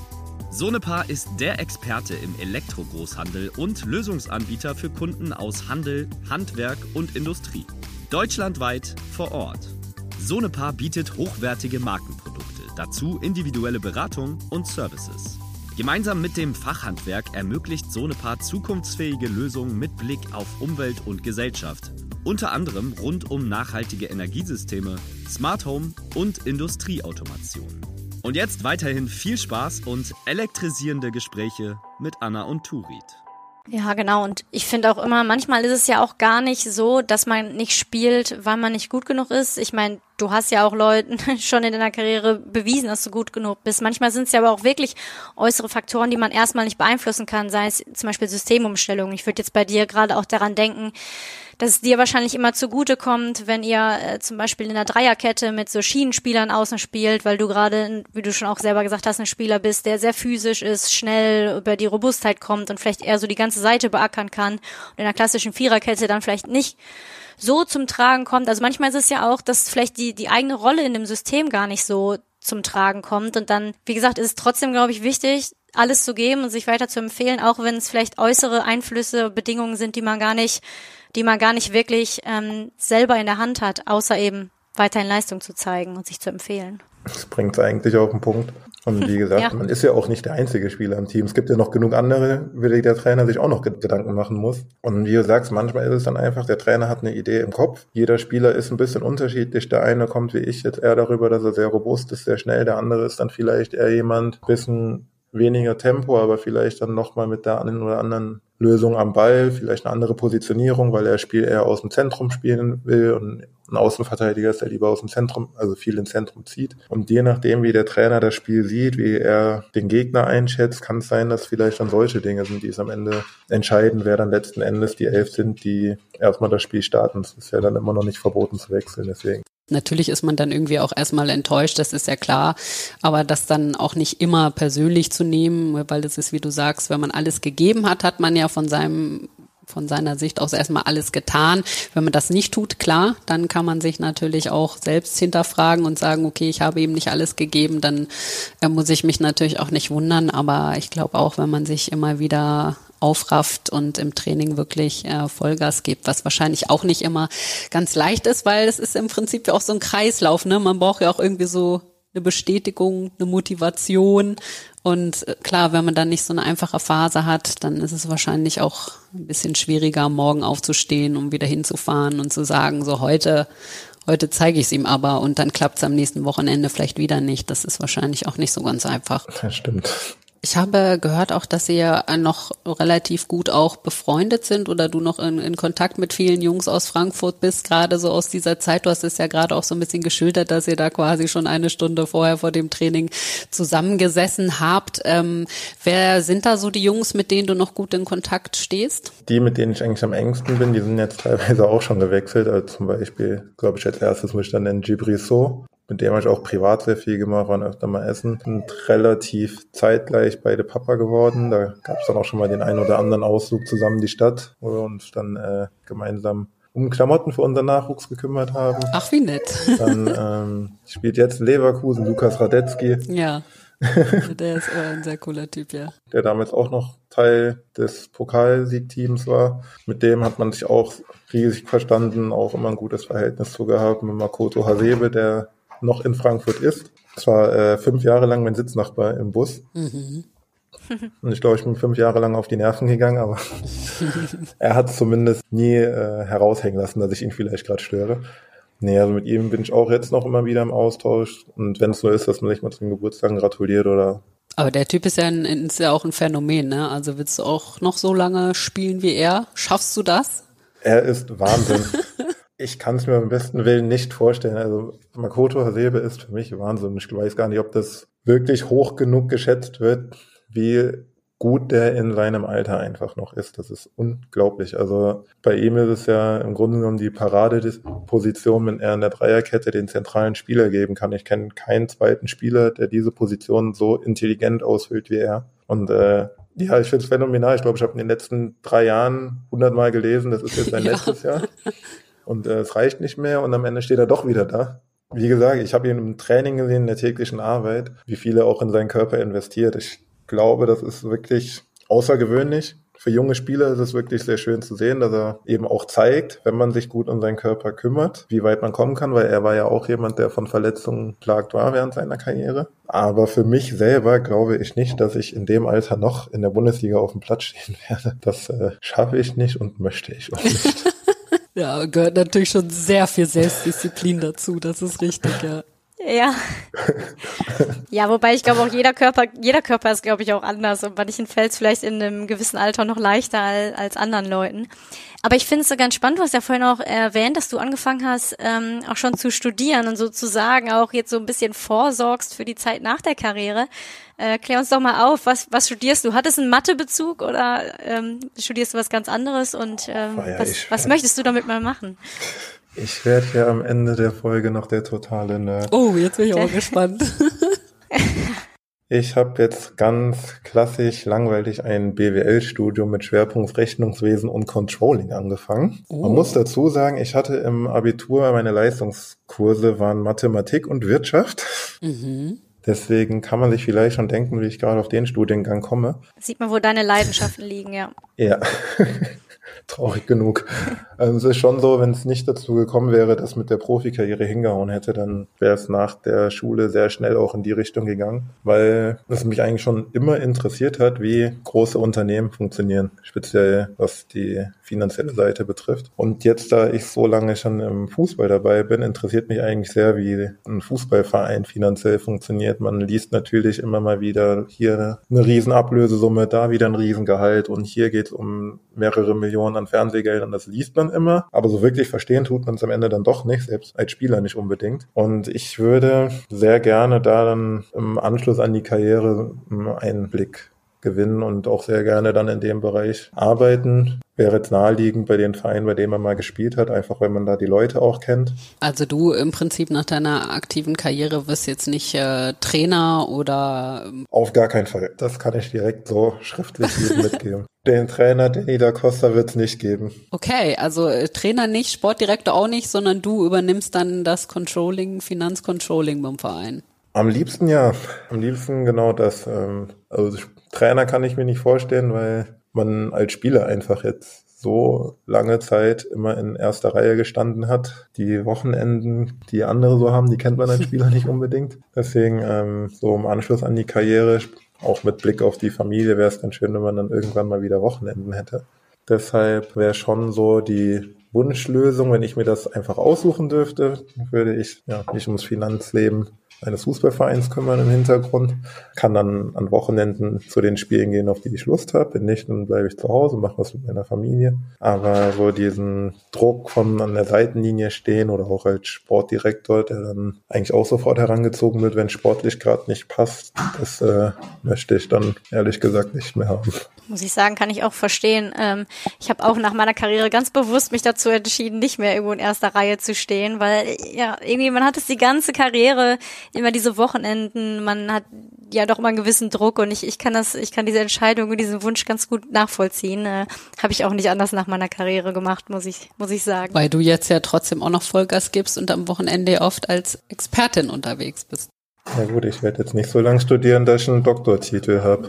Sonepar ist der Experte im Elektrogroßhandel und Lösungsanbieter für Kunden aus Handel, Handwerk und Industrie. Deutschlandweit vor Ort. Sonepar bietet hochwertige Markenprodukte, dazu individuelle Beratung und Services. Gemeinsam mit dem Fachhandwerk ermöglicht Sonepar zukunftsfähige Lösungen mit Blick auf Umwelt und Gesellschaft. Unter anderem rund um nachhaltige Energiesysteme, Smart Home und Industrieautomation. Und jetzt weiterhin viel Spaß und elektrisierende Gespräche mit Anna und Turit. Ja, genau. Und ich finde auch immer, manchmal ist es ja auch gar nicht so, dass man nicht spielt, weil man nicht gut genug ist. Ich meine, du hast ja auch Leuten schon in deiner Karriere bewiesen, dass du gut genug bist. Manchmal sind es ja aber auch wirklich äußere Faktoren, die man erstmal nicht beeinflussen kann, sei es zum Beispiel Systemumstellungen. Ich würde jetzt bei dir gerade auch daran denken, dass es dir wahrscheinlich immer zugute kommt, wenn ihr äh, zum Beispiel in der Dreierkette mit so Schienenspielern außen spielt, weil du gerade, wie du schon auch selber gesagt hast, ein Spieler bist, der sehr physisch ist, schnell über die Robustheit kommt und vielleicht eher so die ganze Seite beackern kann und in der klassischen Viererkette dann vielleicht nicht so zum Tragen kommt. Also manchmal ist es ja auch, dass vielleicht die die eigene Rolle in dem System gar nicht so zum Tragen kommt und dann, wie gesagt, ist es trotzdem, glaube ich, wichtig, alles zu geben und sich weiter zu empfehlen, auch wenn es vielleicht äußere Einflüsse, Bedingungen sind, die man gar nicht die man gar nicht wirklich ähm, selber in der Hand hat, außer eben weiterhin Leistung zu zeigen und sich zu empfehlen. Das bringt es eigentlich auf den Punkt. Und wie gesagt, ja. Man ist ja auch nicht der einzige Spieler im Team. Es gibt ja noch genug andere, über die der Trainer sich auch noch Gedanken machen muss. Und wie du sagst, manchmal ist es dann einfach, der Trainer hat eine Idee im Kopf. Jeder Spieler ist ein bisschen unterschiedlich. Der eine kommt wie ich jetzt eher darüber, dass er sehr robust ist, sehr schnell. Der andere ist dann vielleicht eher jemand, ein bisschen weniger Tempo, aber vielleicht dann nochmal mit der einen oder anderen Lösung am Ball, vielleicht eine andere Positionierung, weil er das Spiel eher aus dem Zentrum spielen will und ein Außenverteidiger ist, der lieber aus dem Zentrum, also viel ins Zentrum zieht. Und je nachdem, wie der Trainer das Spiel sieht, wie er den Gegner einschätzt, kann es sein, dass vielleicht dann solche Dinge sind, die es am Ende entscheiden, wer dann letzten Endes die Elf sind, die erstmal das Spiel starten. Es ist ja dann immer noch nicht verboten zu wechseln, deswegen. Natürlich ist man dann irgendwie auch erstmal enttäuscht, das ist ja klar, aber das dann auch nicht immer persönlich zu nehmen, weil das ist, wie du sagst, wenn man alles gegeben hat, hat man ja von seinem von seiner Sicht aus erstmal alles getan. Wenn man das nicht tut, klar, dann kann man sich natürlich auch selbst hinterfragen und sagen, okay, ich habe ihm nicht alles gegeben, dann äh, muss ich mich natürlich auch nicht wundern, aber ich glaube auch, wenn man sich immer wieder aufrafft und im Training wirklich äh, Vollgas gibt, was wahrscheinlich auch nicht immer ganz leicht ist, weil es ist im Prinzip ja auch so ein Kreislauf, ne? Man braucht ja auch irgendwie so eine Bestätigung, eine Motivation Und klar, wenn man dann nicht so eine einfache Phase hat, dann ist es wahrscheinlich auch ein bisschen schwieriger, morgen aufzustehen, um wieder hinzufahren und zu sagen, so heute, heute zeige ich es ihm aber und dann klappt es am nächsten Wochenende vielleicht wieder nicht. Das ist wahrscheinlich auch nicht so ganz einfach. Das stimmt. Ich habe gehört auch, dass ihr noch relativ gut auch befreundet sind oder du noch in, in Kontakt mit vielen Jungs aus Frankfurt bist, gerade so aus dieser Zeit. Du hast es ja gerade auch so ein bisschen geschildert, dass ihr da quasi schon eine Stunde vorher vor dem Training zusammengesessen habt. Ähm, wer sind da so die Jungs, mit denen du noch gut in Kontakt stehst? Die, mit denen ich eigentlich am engsten bin, die sind jetzt teilweise auch schon gewechselt. Also zum Beispiel, glaube ich, als erstes muss ich dann nennen Djibril So. Mit dem habe ich auch privat sehr viel gemacht, waren öfter mal essen. Sind relativ zeitgleich beide Papa geworden. Da gab es dann auch schon mal den einen oder anderen Ausflug zusammen in die Stadt, wo wir uns dann äh, gemeinsam um Klamotten für unseren Nachwuchs gekümmert haben. Ach, wie nett. Dann ähm, spielt jetzt in Leverkusen Lukas Radetzky. Ja, der ist äh, ein sehr cooler Typ, ja. Der damals auch noch Teil des Pokalsiegteams war. Mit dem hat man sich auch riesig verstanden, auch immer ein gutes Verhältnis zu gehabt. Mit Makoto Hasebe, der noch in Frankfurt ist. Das war äh, fünf Jahre lang mein Sitznachbar im Bus. Mhm. Und ich glaube, ich bin fünf Jahre lang auf die Nerven gegangen, aber er hat es zumindest nie äh, heraushängen lassen, dass ich ihn vielleicht gerade störe. Nee, also mit ihm bin ich auch jetzt noch immer wieder im Austausch. Und wenn es nur ist, dass man sich mal zum Geburtstag gratuliert oder... Aber der Typ ist ja, ein, ist ja auch ein Phänomen, ne? Also willst du auch noch so lange spielen wie er? Schaffst du das? Er ist Wahnsinn. Ich kann es mir beim besten Willen nicht vorstellen. Also Makoto Hasebe ist für mich Wahnsinn. Ich weiß gar nicht, ob das wirklich hoch genug geschätzt wird, wie gut der in seinem Alter einfach noch ist. Das ist unglaublich. Also bei ihm ist es ja im Grunde genommen die Paradeposition, wenn er in der Dreierkette den zentralen Spieler geben kann. Ich kenne keinen zweiten Spieler, der diese Position so intelligent ausfüllt wie er. Und äh, ja, ich finde es phänomenal. Ich glaube, ich habe in den letzten drei Jahren hundertmal gelesen, das ist jetzt sein ja. letztes Jahr. Und äh, es reicht nicht mehr und am Ende steht er doch wieder da. Wie gesagt, ich habe ihn im Training gesehen, in der täglichen Arbeit, wie viel er auch in seinen Körper investiert. Ich glaube, das ist wirklich außergewöhnlich. Für junge Spieler ist es wirklich sehr schön zu sehen, dass er eben auch zeigt, wenn man sich gut um seinen Körper kümmert, wie weit man kommen kann, weil er war ja auch jemand, der von Verletzungen plagt war während seiner Karriere. Aber für mich selber glaube ich nicht, dass ich in dem Alter noch in der Bundesliga auf dem Platz stehen werde. Das äh, schaffe ich nicht und möchte ich auch nicht. Ja, gehört natürlich schon sehr viel Selbstdisziplin dazu, das ist richtig, ja. Ja. Ja, wobei ich glaube auch jeder Körper, jeder Körper ist, glaube ich, auch anders und manchen fällt es vielleicht in einem gewissen Alter noch leichter als, als anderen Leuten. Aber ich finde es so ganz spannend, du hast ja vorhin auch erwähnt, dass du angefangen hast, ähm, auch schon zu studieren und sozusagen auch jetzt so ein bisschen vorsorgst für die Zeit nach der Karriere. Äh, klär uns doch mal auf, was, was studierst du? Hattest du einen Mathebezug oder ähm, studierst du was ganz anderes und ähm, oh ja, was, was möchtest du damit mal machen? Ich werde ja am Ende der Folge noch der totale Nerd. Oh, jetzt bin ich auch gespannt. Ich habe jetzt ganz klassisch langweilig ein B W L-Studium mit Schwerpunkt Rechnungswesen und Controlling angefangen. Oh. Man muss dazu sagen, ich hatte im Abitur, meine Leistungskurse waren Mathematik und Wirtschaft. Mhm. Deswegen kann man sich vielleicht schon denken, wie ich gerade auf den Studiengang komme. Sieht man, wo deine Leidenschaften liegen, ja. Ja. Traurig genug. Also es ist schon so, wenn es nicht dazu gekommen wäre, dass mit der Profikarriere hingehauen hätte, dann wäre es nach der Schule sehr schnell auch in die Richtung gegangen, weil es mich eigentlich schon immer interessiert hat, wie große Unternehmen funktionieren, speziell was die finanzielle Seite betrifft. Und jetzt, da ich so lange schon im Fußball dabei bin, interessiert mich eigentlich sehr, wie ein Fußballverein finanziell funktioniert. Man liest natürlich immer mal wieder hier eine riesen Ablösesumme, da wieder ein Riesengehalt und hier geht es um mehrere Millionen an Fernsehgeldern, das liest man immer, aber so wirklich verstehen tut man es am Ende dann doch nicht, selbst als Spieler nicht unbedingt. Und ich würde sehr gerne da dann im Anschluss an die Karriere einen Einblick gewinnen und auch sehr gerne dann in dem Bereich arbeiten. Wäre jetzt naheliegend bei den Vereinen, bei denen man mal gespielt hat, einfach weil man da die Leute auch kennt. Also du im Prinzip nach deiner aktiven Karriere wirst jetzt nicht äh, Trainer oder... Auf gar keinen Fall. Das kann ich direkt so schriftlich jedem mitgeben. Den Trainer Danny da Costa wird es nicht geben. Okay, also äh, Trainer nicht, Sportdirektor auch nicht, sondern du übernimmst dann das Controlling, Finanzcontrolling beim Verein. Am liebsten ja. Am liebsten genau das. Ähm, also Trainer kann ich mir nicht vorstellen, weil man als Spieler einfach jetzt so lange Zeit immer in erster Reihe gestanden hat. Die Wochenenden, die andere so haben, die kennt man als Spieler nicht unbedingt. Deswegen ähm, so im Anschluss an die Karriere auch mit Blick auf die Familie wäre es ganz schön, wenn man dann irgendwann mal wieder Wochenenden hätte. Deshalb wäre schon so die Wunschlösung, wenn ich mir das einfach aussuchen dürfte, würde ich ja, mich ums Finanzleben eines Fußballvereins kümmern im Hintergrund, kann dann an Wochenenden zu den Spielen gehen, auf die ich Lust habe. Wenn nicht, dann bleibe ich zu Hause, mache was mit meiner Familie. Aber so diesen Druck von an der Seitenlinie stehen oder auch als Sportdirektor, der dann eigentlich auch sofort herangezogen wird, wenn sportlich gerade nicht passt, das äh, möchte ich dann ehrlich gesagt nicht mehr haben. Muss ich sagen, kann ich auch verstehen. Ähm, ich habe auch nach meiner Karriere ganz bewusst mich dazu entschieden, nicht mehr irgendwo in erster Reihe zu stehen, weil ja irgendwie man hat es die ganze Karriere, immer diese Wochenenden, man hat ja doch immer einen gewissen Druck und ich ich kann das, ich kann diese Entscheidung und diesen Wunsch ganz gut nachvollziehen. Äh, habe ich auch nicht anders nach meiner Karriere gemacht, muss ich muss ich sagen. Weil du jetzt ja trotzdem auch noch Vollgas gibst und am Wochenende oft als Expertin unterwegs bist. Na gut, ich werde jetzt nicht so lange studieren, dass ich einen Doktortitel habe.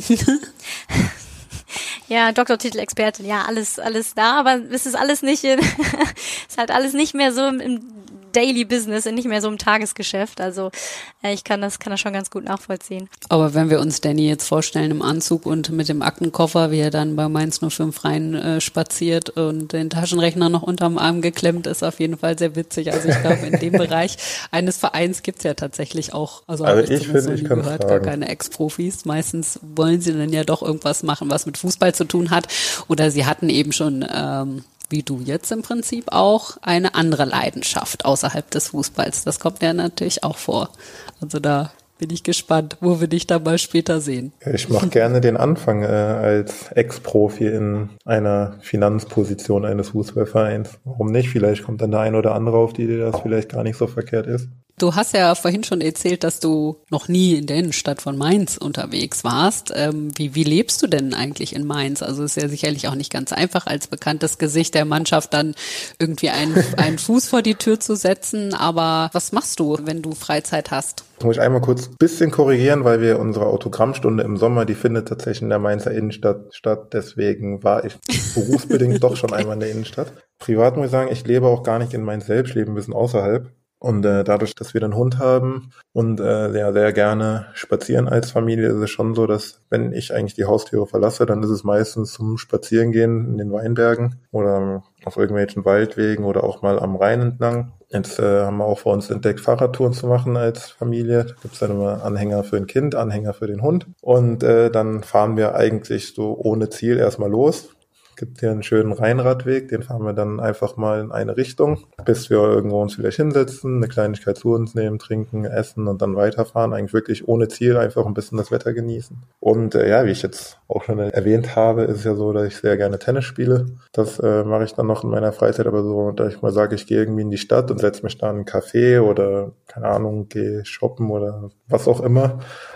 Ja, Doktortitel, Expertin, ja, alles, alles da, aber es ist alles nicht, in, ist halt alles nicht mehr so im, im Daily Business und nicht mehr so im Tagesgeschäft. Also äh, ich kann das, kann das schon ganz gut nachvollziehen. Aber wenn wir uns Danny jetzt vorstellen im Anzug und mit dem Aktenkoffer, wie er dann bei Mainz null fünf rein äh, spaziert und den Taschenrechner noch unterm Arm geklemmt, ist auf jeden Fall sehr witzig. Also ich glaube, in dem Bereich eines Vereins gibt's ja tatsächlich auch, also, also habe ich, ich finde, so ich kann gehört, fragen. gar keine Ex-Profis. Meistens wollen sie dann ja doch irgendwas machen, was mit Fußball zu tun hat. Oder sie hatten eben schon ähm, wie du jetzt im Prinzip auch, eine andere Leidenschaft außerhalb des Fußballs. Das kommt ja natürlich auch vor. Also da bin ich gespannt, wo wir dich da mal später sehen. Ich mache gerne den Anfang äh, als Ex-Profi in einer Finanzposition eines Fußballvereins. Warum nicht? Vielleicht kommt dann der ein oder andere auf die Idee, dass vielleicht gar nicht so verkehrt ist. Du hast ja vorhin schon erzählt, dass du noch nie in der Innenstadt von Mainz unterwegs warst. Ähm, wie, wie lebst du denn eigentlich in Mainz? Also ist ja sicherlich auch nicht ganz einfach, als bekanntes Gesicht der Mannschaft dann irgendwie einen, einen Fuß vor die Tür zu setzen. Aber was machst du, wenn du Freizeit hast? Das muss ich einmal kurz ein bisschen korrigieren, weil wir unsere Autogrammstunde im Sommer, die findet tatsächlich in der Mainzer Innenstadt statt. Deswegen war ich berufsbedingt doch schon einmal in der Innenstadt. Privat muss ich sagen, ich lebe auch gar nicht in Mainz selbst, lebe ein bisschen außerhalb. Und äh, dadurch, dass wir einen Hund haben und äh, sehr, sehr gerne spazieren als Familie, ist es schon so, dass wenn ich eigentlich die Haustüre verlasse, dann ist es meistens zum Spazierengehen in den Weinbergen oder auf irgendwelchen Waldwegen oder auch mal am Rhein entlang. Jetzt äh, haben wir auch vor uns entdeckt, Fahrradtouren zu machen als Familie. Da gibt's dann immer Anhänger für ein Kind, Anhänger für den Hund. Und äh, dann fahren wir eigentlich so ohne Ziel erstmal los. Gibt hier einen schönen Rheinradweg, den fahren wir dann einfach mal in eine Richtung, bis wir irgendwo uns vielleicht hinsetzen, eine Kleinigkeit zu uns nehmen, trinken, essen und dann weiterfahren. Eigentlich wirklich ohne Ziel, einfach ein bisschen das Wetter genießen. Und äh, ja, wie ich jetzt auch schon erwähnt habe, ist es ja so, dass ich sehr gerne Tennis spiele. Das äh, mache ich dann noch in meiner Freizeit, aber so, dass ich mal sage, ich gehe irgendwie in die Stadt und setze mich da in einen Café oder, keine Ahnung, gehe shoppen oder was auch immer,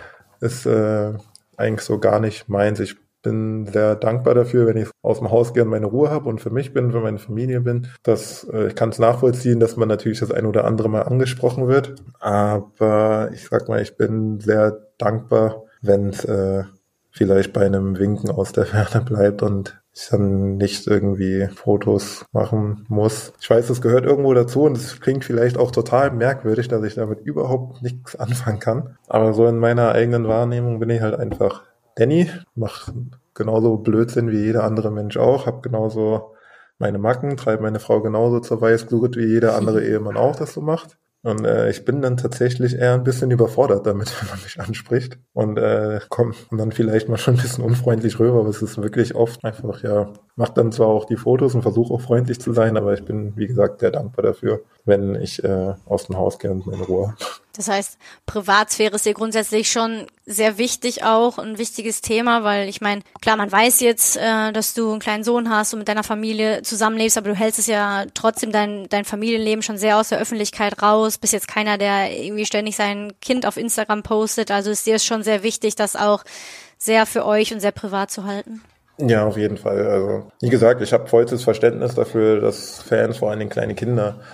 ist äh, eigentlich so gar nicht meins. Ich bin sehr dankbar dafür, wenn ich aus dem Haus gehe und meine Ruhe habe und für mich bin, für meine Familie bin. Das, äh, ich kann es nachvollziehen, dass man natürlich das ein oder andere Mal angesprochen wird. Aber ich sag mal, ich bin sehr dankbar, wenn es äh, vielleicht bei einem Winken aus der Ferne bleibt und ich dann nicht irgendwie Fotos machen muss. Ich weiß, das gehört irgendwo dazu und es klingt vielleicht auch total merkwürdig, dass ich damit überhaupt nichts anfangen kann. Aber so in meiner eigenen Wahrnehmung bin ich halt einfach Danny, mach genauso Blödsinn wie jeder andere Mensch auch, hab genauso meine Macken, treibe meine Frau genauso zur Weißglut wie jeder andere Ehemann auch das so macht. Und äh, ich bin dann tatsächlich eher ein bisschen überfordert damit, wenn man mich anspricht. Und äh, komm, und dann vielleicht mal schon ein bisschen unfreundlich rüber, aber es ist wirklich oft einfach, ja, mach dann zwar auch die Fotos und versuche auch freundlich zu sein, aber ich bin, wie gesagt, sehr dankbar dafür, wenn ich äh, aus dem Haus gehe und meine Ruhe habe. Das heißt, Privatsphäre ist dir grundsätzlich schon sehr wichtig auch, ein wichtiges Thema, weil ich meine, klar, man weiß jetzt, äh, dass du einen kleinen Sohn hast und mit deiner Familie zusammenlebst, aber du hältst es ja trotzdem dein dein Familienleben schon sehr aus der Öffentlichkeit raus. Bist jetzt keiner, der irgendwie ständig sein Kind auf Instagram postet. Also ist dir es schon sehr wichtig, das auch sehr für euch und sehr privat zu halten. Ja, auf jeden Fall. Also wie gesagt, ich habe vollstes Verständnis dafür, dass Fans, vor allem kleine Kinder,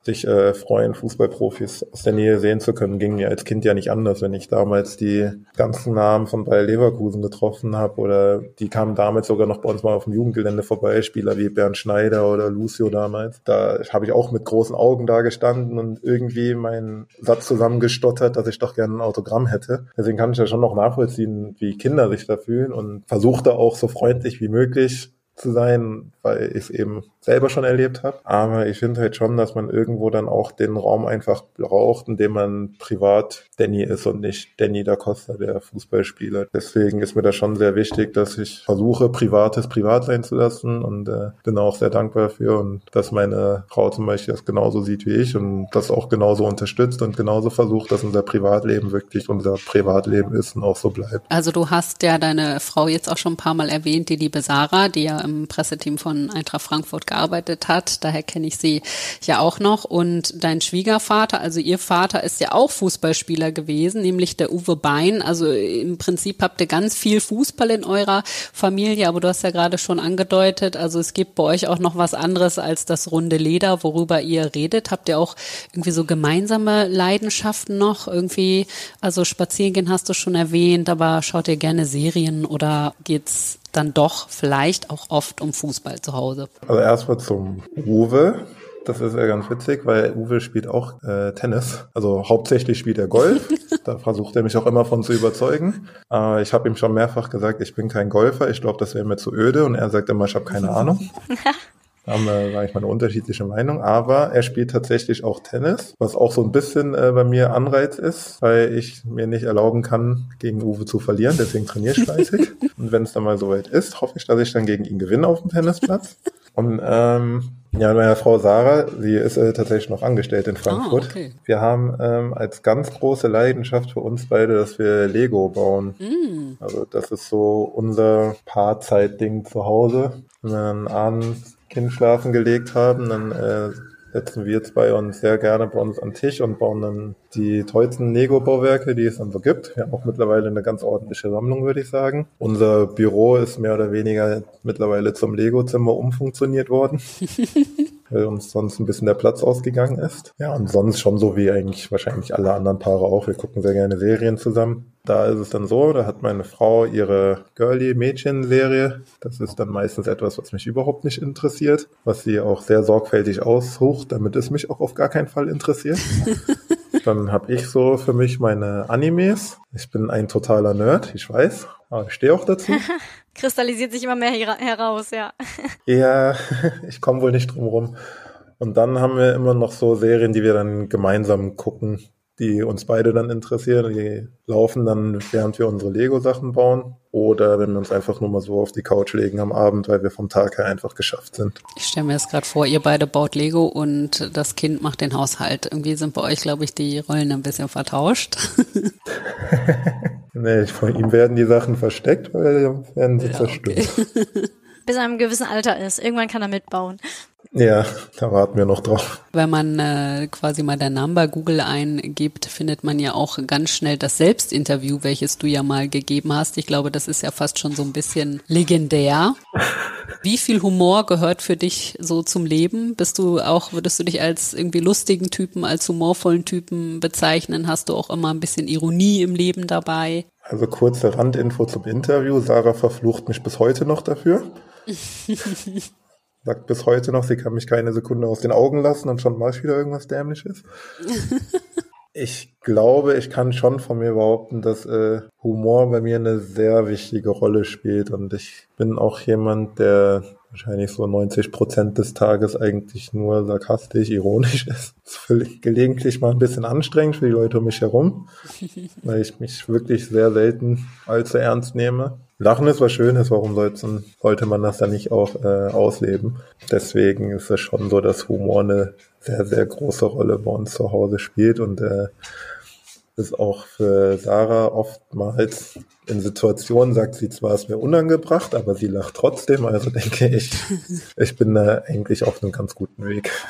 sich äh, freuen, Fußballprofis aus der Nähe sehen zu können. Ging mir als Kind ja nicht anders, wenn ich damals die ganzen Namen von Bayer Leverkusen getroffen habe oder die kamen damals sogar noch bei uns mal auf dem Jugendgelände vorbei, Spieler wie Bernd Schneider oder Lucio damals. Da habe ich auch mit großen Augen da gestanden und irgendwie meinen Satz zusammengestottert, dass ich doch gerne ein Autogramm hätte. Deswegen kann ich ja schon noch nachvollziehen, wie Kinder sich da fühlen und versuche da auch so freundlich wie möglich zu sein, weil ich es eben selber schon erlebt habe. Aber ich finde halt schon, dass man irgendwo dann auch den Raum einfach braucht, in dem man privat Danny ist und nicht Danny da Costa, der Fußballspieler. Deswegen ist mir das schon sehr wichtig, dass ich versuche, Privates privat sein zu lassen und äh, bin auch sehr dankbar dafür und dass meine Frau zum Beispiel das genauso sieht wie ich und das auch genauso unterstützt und genauso versucht, dass unser Privatleben wirklich unser Privatleben ist und auch so bleibt. Also du hast ja deine Frau jetzt auch schon ein paar Mal erwähnt, die liebe Sarah, die ja im Presseteam von Eintracht Frankfurt gearbeitet hat. Daher kenne ich sie ja auch noch. Und dein Schwiegervater, also ihr Vater, ist ja auch Fußballspieler gewesen, nämlich der Uwe Bein. Also im Prinzip habt ihr ganz viel Fußball in eurer Familie, aber du hast ja gerade schon angedeutet, also es gibt bei euch auch noch was anderes als das runde Leder, worüber ihr redet. Habt ihr auch irgendwie so gemeinsame Leidenschaften noch? Irgendwie, also spazieren gehen hast du schon erwähnt, aber schaut ihr gerne Serien oder geht's dann doch vielleicht auch oft um Fußball zu Hause? Also erstmal zum Uwe. Das ist ja ganz witzig, weil Uwe spielt auch äh, Tennis. Also hauptsächlich spielt er Golf. Da versucht er mich auch immer von zu überzeugen. Äh, ich habe ihm schon mehrfach gesagt, ich bin kein Golfer. Ich glaube, das wäre mir zu öde. Und er sagt immer, ich habe keine Ahnung. Da haben wir, sage ich mal, eine unterschiedliche Meinung. Aber er spielt tatsächlich auch Tennis, was auch so ein bisschen äh, bei mir Anreiz ist, weil ich mir nicht erlauben kann, gegen Uwe zu verlieren. Deswegen trainiere ich fleißig. Und wenn es dann mal soweit ist, hoffe ich, dass ich dann gegen ihn gewinne auf dem Tennisplatz. Und ähm, ja, meine Frau Sarah, sie ist äh, tatsächlich noch angestellt in Frankfurt. Ah, okay. Wir haben ähm, als ganz große Leidenschaft für uns beide, dass wir Lego bauen. Mm. Also das ist so unser Paarzeit-Ding zu Hause. Wenn wir dann abends Kind schlafen gelegt haben, dann äh, setzen wir zwei uns sehr gerne bei uns an den Tisch und bauen dann die tollsten Lego-Bauwerke, die es dann so gibt. Wir haben auch mittlerweile eine ganz ordentliche Sammlung, würde ich sagen. Unser Büro ist mehr oder weniger mittlerweile zum Lego-Zimmer umfunktioniert worden, weil uns sonst ein bisschen der Platz ausgegangen ist. Ja, und sonst schon so wie eigentlich wahrscheinlich alle anderen Paare auch. Wir gucken sehr gerne Serien zusammen. Da ist es dann so, da hat meine Frau ihre Girly-Mädchen-Serie. Das ist dann meistens etwas, was mich überhaupt nicht interessiert, was sie auch sehr sorgfältig aussucht, damit es mich auch auf gar keinen Fall interessiert. Dann habe ich so für mich meine Animes. Ich bin ein totaler Nerd, ich weiß, aber ich stehe auch dazu. Kristallisiert sich immer mehr her- heraus, ja. Ja, ich komme wohl nicht drum rum. Und dann haben wir immer noch so Serien, die wir dann gemeinsam gucken, die uns beide dann interessieren. Die laufen dann, während wir unsere Lego-Sachen bauen. Oder wenn wir uns einfach nur mal so auf die Couch legen am Abend, weil wir vom Tag her einfach geschafft sind. Ich stelle mir jetzt gerade vor, ihr beide baut Lego und das Kind macht den Haushalt. Irgendwie sind bei euch, glaube ich, die Rollen ein bisschen vertauscht. Nee, von ihm werden die Sachen versteckt, weil dann werden sie ja, zerstört. Okay. Bis er einem gewissen Alter ist. Irgendwann kann er mitbauen. Ja, da warten wir noch drauf. Wenn man äh, quasi mal deinen Namen bei Google eingibt, findet man ja auch ganz schnell das Selbstinterview, welches du ja mal gegeben hast. Ich glaube, das ist ja fast schon so ein bisschen legendär. Wie viel Humor gehört für dich so zum Leben? Bist du auch, würdest du dich als irgendwie lustigen Typen, als humorvollen Typen bezeichnen? Hast du auch immer ein bisschen Ironie im Leben dabei? Also kurze Randinfo zum Interview. Sarah verflucht mich bis heute noch dafür. Sagt bis heute noch, sie kann mich keine Sekunde aus den Augen lassen und schon mache ich wieder irgendwas Dämliches. Ich glaube, ich kann schon von mir behaupten, dass äh, Humor bei mir eine sehr wichtige Rolle spielt und ich bin auch jemand, der wahrscheinlich so neunzig Prozent des Tages eigentlich nur sarkastisch, ironisch ist. Das ist völlig gelegentlich mal ein bisschen anstrengend für die Leute um mich herum, weil ich mich wirklich sehr selten allzu ernst nehme. Lachen ist was Schönes, warum sollte man das dann nicht auch äh, ausleben? Deswegen ist es schon so, dass Humor eine sehr, sehr große Rolle bei uns zu Hause spielt und äh, ist auch für Sarah oftmals in Situationen, sagt sie zwar, es wäre unangebracht, aber sie lacht trotzdem, also denke ich, ich bin da eigentlich auf einem ganz guten Weg.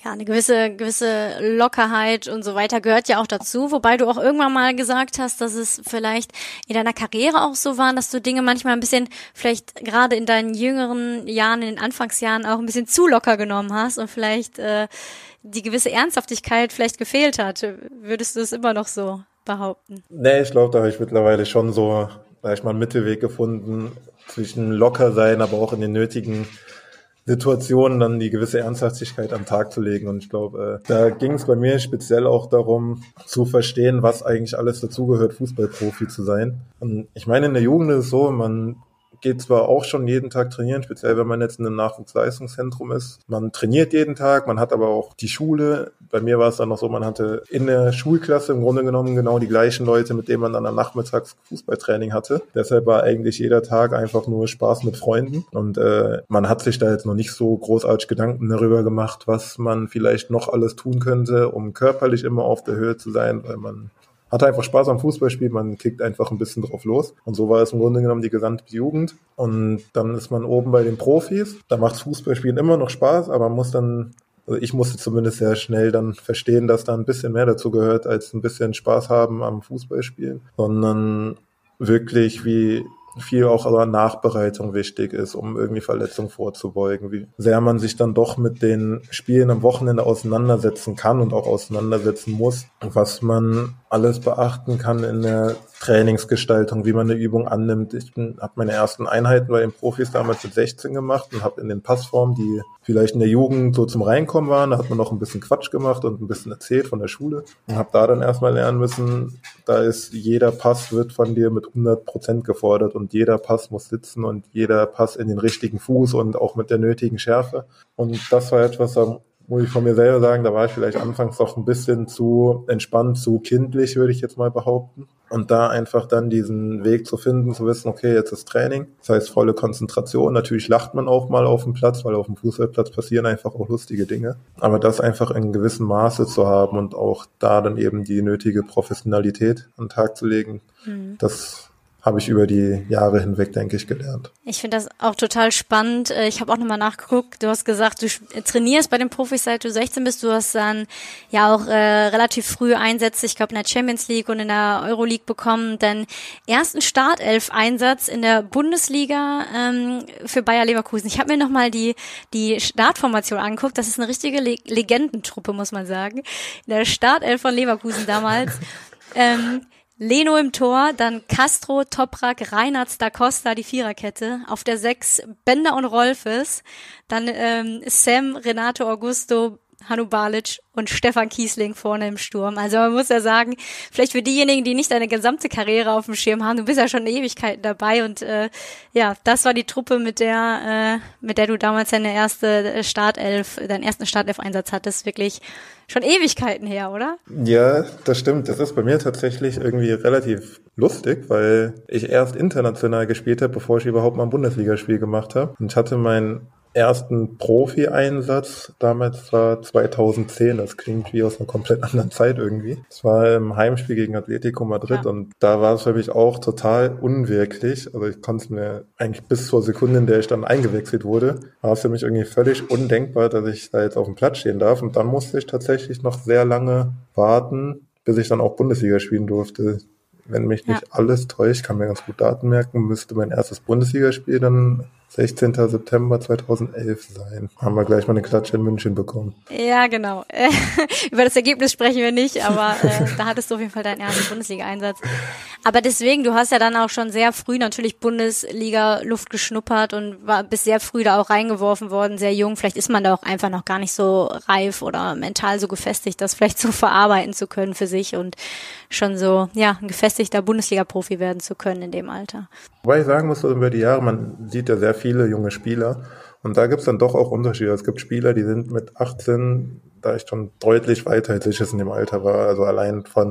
Ja, eine gewisse gewisse Lockerheit und so weiter gehört ja auch dazu, wobei du auch irgendwann mal gesagt hast, dass es vielleicht in deiner Karriere auch so war, dass du Dinge manchmal ein bisschen, vielleicht gerade in deinen jüngeren Jahren, in den Anfangsjahren auch ein bisschen zu locker genommen hast und vielleicht äh, die gewisse Ernsthaftigkeit vielleicht gefehlt hat. Würdest du es immer noch so behaupten? Nee, ich glaube, da habe ich mittlerweile schon so, sag ich mal, einen Mittelweg gefunden zwischen locker sein, aber auch in den nötigen Situationen dann die gewisse Ernsthaftigkeit am Tag zu legen. Und ich glaube, äh, da ging es bei mir speziell auch darum, zu verstehen, was eigentlich alles dazugehört, Fußballprofi zu sein. Und ich meine, in der Jugend ist es so, man geht zwar auch schon jeden Tag trainieren, speziell wenn man jetzt in einem Nachwuchsleistungszentrum ist. Man trainiert jeden Tag, man hat aber auch die Schule. Bei mir war es dann noch so, man hatte in der Schulklasse im Grunde genommen genau die gleichen Leute, mit denen man dann am Nachmittags Fußballtraining hatte. Deshalb war eigentlich jeder Tag einfach nur Spaß mit Freunden. Und äh, man hat sich da jetzt noch nicht so großartig Gedanken darüber gemacht, was man vielleicht noch alles tun könnte, um körperlich immer auf der Höhe zu sein, weil man hatte einfach Spaß am Fußballspiel, man kickt einfach ein bisschen drauf los. Und so war es im Grunde genommen die gesamte Jugend. Und dann ist man oben bei den Profis. Da macht Fußballspielen immer noch Spaß, aber man muss dann, also ich musste zumindest sehr schnell dann verstehen, dass da ein bisschen mehr dazu gehört, als ein bisschen Spaß haben am Fußballspielen, sondern wirklich wie viel auch aber Nachbereitung wichtig ist, um irgendwie Verletzungen vorzubeugen, wie sehr man sich dann doch mit den Spielen am Wochenende auseinandersetzen kann und auch auseinandersetzen muss, was man alles beachten kann in der Trainingsgestaltung, wie man eine Übung annimmt. Ich habe meine ersten Einheiten bei den Profis damals mit sechzehn gemacht und habe in den Passformen, die vielleicht in der Jugend so zum Reinkommen waren, da hat man noch ein bisschen Quatsch gemacht und ein bisschen erzählt von der Schule und habe da dann erstmal lernen müssen, da ist jeder Pass wird von dir mit hundert Prozent gefordert und jeder Pass muss sitzen und jeder Pass in den richtigen Fuß und auch mit der nötigen Schärfe. Und das war etwas, da muss ich von mir selber sagen, da war ich vielleicht anfangs auch ein bisschen zu entspannt, zu kindlich, würde ich jetzt mal behaupten. Und da einfach dann diesen Weg zu finden, zu wissen, okay, jetzt ist Training, das heißt volle Konzentration. Natürlich lacht man auch mal auf dem Platz, weil auf dem Fußballplatz passieren einfach auch lustige Dinge. Aber das einfach in gewissem Maße zu haben und auch da dann eben die nötige Professionalität an den Tag zu legen, mhm. das habe ich über die Jahre hinweg, denke ich, gelernt. Ich finde das auch total spannend. Ich habe auch nochmal nachgeguckt. Du hast gesagt, du trainierst bei den Profis, seit du sechzehn bist. Du hast dann ja auch äh, relativ früh Einsätze, ich glaube in der Champions League und in der Euroleague bekommen. Deinen ersten Startelf-Einsatz in der Bundesliga ähm, für Bayer Leverkusen. Ich habe mir nochmal die die Startformation angeguckt. Das ist eine richtige Le- Legendentruppe, muss man sagen. In der Startelf von Leverkusen damals. ähm, Leno im Tor, dann Castro, Toprak, Reinhardt, Da Costa, die Viererkette. Auf der sechs Bender und Rolfes. Dann ähm, Sam, Renato Augusto, Hannu Balic und Stefan Kiesling vorne im Sturm. Also man muss ja sagen, vielleicht für diejenigen, die nicht deine gesamte Karriere auf dem Schirm haben, du bist ja schon Ewigkeiten dabei und äh, ja, das war die Truppe, mit der äh, mit der du damals deine erste Startelf, deinen ersten Startelf-Einsatz hattest. Wirklich schon Ewigkeiten her, oder? Ja, das stimmt. Das ist bei mir tatsächlich irgendwie relativ lustig, weil ich erst international gespielt habe, bevor ich überhaupt mal ein Bundesligaspiel gemacht habe. Und ich hatte meinen ersten Profi-Einsatz, damals war zweitausendzehn, das klingt wie aus einer komplett anderen Zeit irgendwie. Es war im Heimspiel gegen Atletico Madrid ja. Und da war es für mich auch total unwirklich. Also ich konnte es mir eigentlich bis zur Sekunde, in der ich dann eingewechselt wurde, war es für mich irgendwie völlig undenkbar, dass ich da jetzt auf dem Platz stehen darf. Und dann musste ich tatsächlich noch sehr lange warten, bis ich dann auch Bundesliga spielen durfte. Wenn mich nicht ja. alles täuscht, kann mir ganz gut Daten merken, müsste mein erstes Bundesligaspiel dann sechzehnten September zweitausendelf sein. Haben wir gleich mal eine Klatsche in München bekommen. Ja, genau. Über das Ergebnis sprechen wir nicht, aber äh, da hattest du auf jeden Fall deinen ersten Bundesliga-Einsatz. Aber deswegen, du hast ja dann auch schon sehr früh natürlich Bundesliga-Luft geschnuppert und war bis sehr früh da auch reingeworfen worden, sehr jung. Vielleicht ist man da auch einfach noch gar nicht so reif oder mental so gefestigt, das vielleicht so verarbeiten zu können für sich und schon so, ja, ein gefestigter Bundesliga-Profi werden zu können in dem Alter. Wobei ich sagen muss, so über die Jahre, man sieht ja sehr viele junge Spieler und da gibt's dann doch auch Unterschiede. Es gibt Spieler, die sind mit achtzehn da ich schon deutlich weiter, als ich es in dem Alter war. Also allein von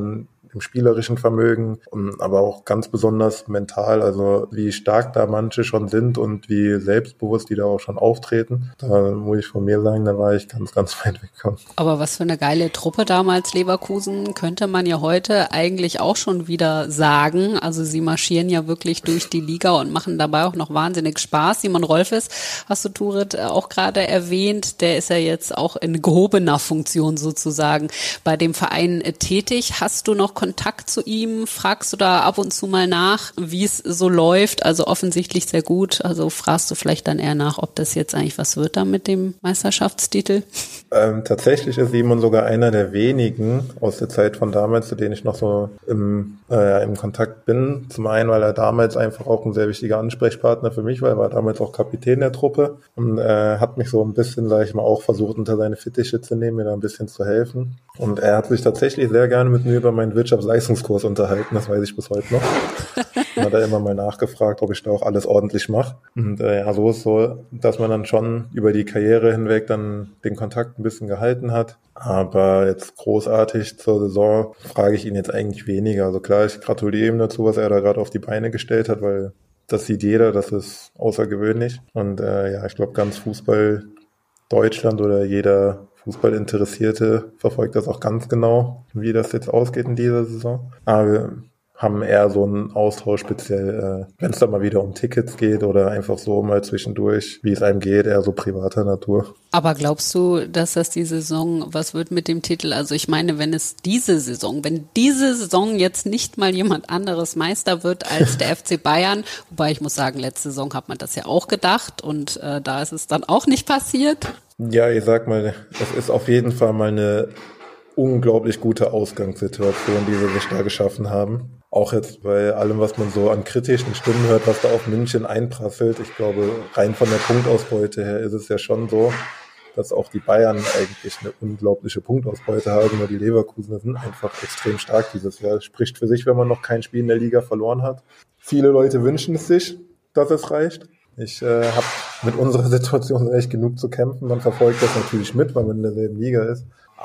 im spielerischen Vermögen, aber auch ganz besonders mental, also wie stark da manche schon sind und wie selbstbewusst die da auch schon auftreten. Da muss ich von mir sagen, da war ich ganz, ganz weit weggekommen. Aber was für eine geile Truppe damals Leverkusen, könnte man ja heute eigentlich auch schon wieder sagen. Also sie marschieren ja wirklich durch die Liga und machen dabei auch noch wahnsinnig Spaß. Simon Rolfes, hast du Turit auch gerade erwähnt, der ist ja jetzt auch in gehobener Funktion sozusagen bei dem Verein tätig. Hast du noch Kontakt zu ihm? Fragst du da ab und zu mal nach, wie es so läuft? Also offensichtlich sehr gut. Also fragst du vielleicht dann eher nach, ob das jetzt eigentlich was wird da mit dem Meisterschaftstitel? Ähm, tatsächlich ist Simon sogar einer der wenigen aus der Zeit von damals, zu denen ich noch so im, äh, im Kontakt bin. Zum einen, weil er damals einfach auch ein sehr wichtiger Ansprechpartner für mich war. Er war damals auch Kapitän der Truppe und äh, hat mich so ein bisschen, sage ich mal, auch versucht, unter seine Fittiche zu nehmen, mir da ein bisschen zu helfen. Und er hat sich tatsächlich sehr gerne mit mir über meinen Wirtschaftsleistungskurs unterhalten. Das weiß ich bis heute noch. Dann hat er immer mal nachgefragt, ob ich da auch alles ordentlich mache. Und äh, ja, so ist so, dass man dann schon über die Karriere hinweg dann den Kontakt ein bisschen gehalten hat. Aber jetzt großartig zur Saison frage ich ihn jetzt eigentlich weniger. Also klar, ich gratuliere ihm dazu, was er da gerade auf die Beine gestellt hat, weil das sieht jeder, das ist außergewöhnlich. Und äh, ja, ich glaube, ganz Fußball Deutschland oder jeder Fußballinteressierte verfolgt das auch ganz genau, wie das jetzt ausgeht in dieser Saison. Aber wir haben eher so einen Austausch speziell, äh, wenn es da mal wieder um Tickets geht oder einfach so mal zwischendurch, wie es einem geht, eher so privater Natur. Aber glaubst du, dass das die Saison was wird mit dem Titel? Also ich meine, wenn es diese Saison, wenn diese Saison jetzt nicht mal jemand anderes Meister wird als der F C Bayern, wobei ich muss sagen, letzte Saison hat man das ja auch gedacht und äh, da ist es dann auch nicht passiert. Ja, ich sag mal, es ist auf jeden Fall mal eine unglaublich gute Ausgangssituation, die sie sich da geschaffen haben. Auch jetzt bei allem, was man so an kritischen Stimmen hört, was da auf München einprasselt. Ich glaube, rein von der Punktausbeute her ist es ja schon so, dass auch die Bayern eigentlich eine unglaubliche Punktausbeute haben. Nur die Leverkusener sind einfach extrem stark dieses Jahr. Das spricht für sich, wenn man noch kein Spiel in der Liga verloren hat. Viele Leute wünschen es sich, dass es reicht. Ich äh, habe mit unserer Situation echt genug zu kämpfen. Man verfolgt das natürlich mit, weil man in derselben Liga ist.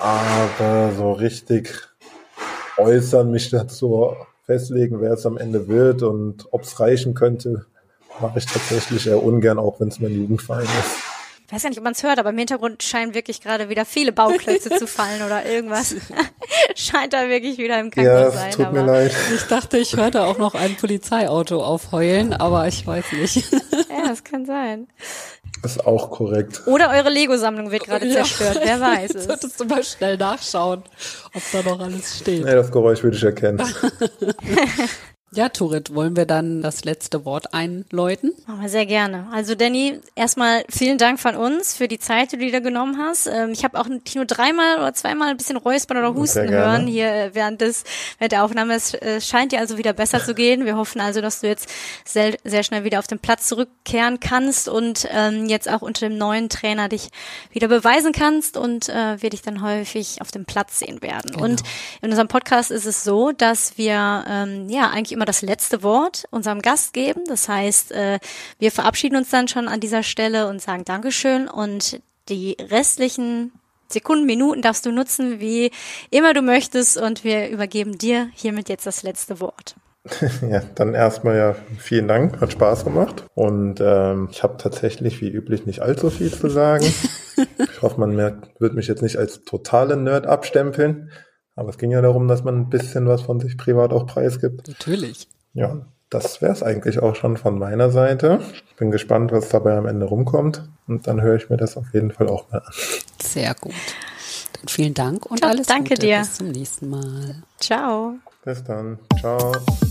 Aber so richtig äußern, mich dazu festlegen, wer es am Ende wird und ob es reichen könnte, mache ich tatsächlich eher ungern, auch wenn es mein Jugendverein ist. Ich weiß ja nicht, ob man es hört, aber im Hintergrund scheinen wirklich gerade wieder viele Bauklötze zu fallen oder irgendwas. Scheint da wirklich wieder im Kacken ja, zu sein. Ja, tut aber mir leid. Ich dachte, ich hörte auch noch ein Polizeiauto aufheulen, aber ich weiß nicht. Ja, das kann sein. Ist auch korrekt. Oder eure Lego-Sammlung wird gerade ja. zerstört, wer weiß es. Jetzt solltest du mal schnell nachschauen, ob da noch alles steht. Nee, das Geräusch würde ich erkennen. Ja, Turit, wollen wir dann das letzte Wort einläuten? Machen wir sehr gerne. Also Danny, erstmal vielen Dank von uns für die Zeit, die du dir genommen hast. Ich habe auch nicht nur dreimal oder zweimal ein bisschen räuspern oder husten hören hier während des während der Aufnahme. Es scheint dir also wieder besser zu gehen. Wir hoffen also, dass du jetzt sehr, sehr schnell wieder auf den Platz zurückkehren kannst und ähm, jetzt auch unter dem neuen Trainer dich wieder beweisen kannst und äh, wir dich dann häufig auf dem Platz sehen werden. Genau. Und in unserem Podcast ist es so, dass wir ähm, ja eigentlich immer das letzte Wort unserem Gast geben. Das heißt, äh, wir verabschieden uns dann schon an dieser Stelle und sagen Dankeschön und die restlichen Sekunden, Minuten darfst du nutzen, wie immer du möchtest und wir übergeben dir hiermit jetzt das letzte Wort. Ja, dann erstmal ja vielen Dank, hat Spaß gemacht und ähm, ich habe tatsächlich wie üblich nicht allzu viel zu sagen. Ich hoffe, man merkt, wird mich jetzt nicht als totale Nerd abstempeln. Aber es ging ja darum, dass man ein bisschen was von sich privat auch preisgibt. Natürlich. Ja, das wäre es eigentlich auch schon von meiner Seite. Ich bin gespannt, was dabei am Ende rumkommt. Und dann höre ich mir das auf jeden Fall auch mal an. Sehr gut. Dann vielen Dank und Ciao, alles danke Gute. dir. Bis zum nächsten Mal. Ciao. Bis dann. Ciao.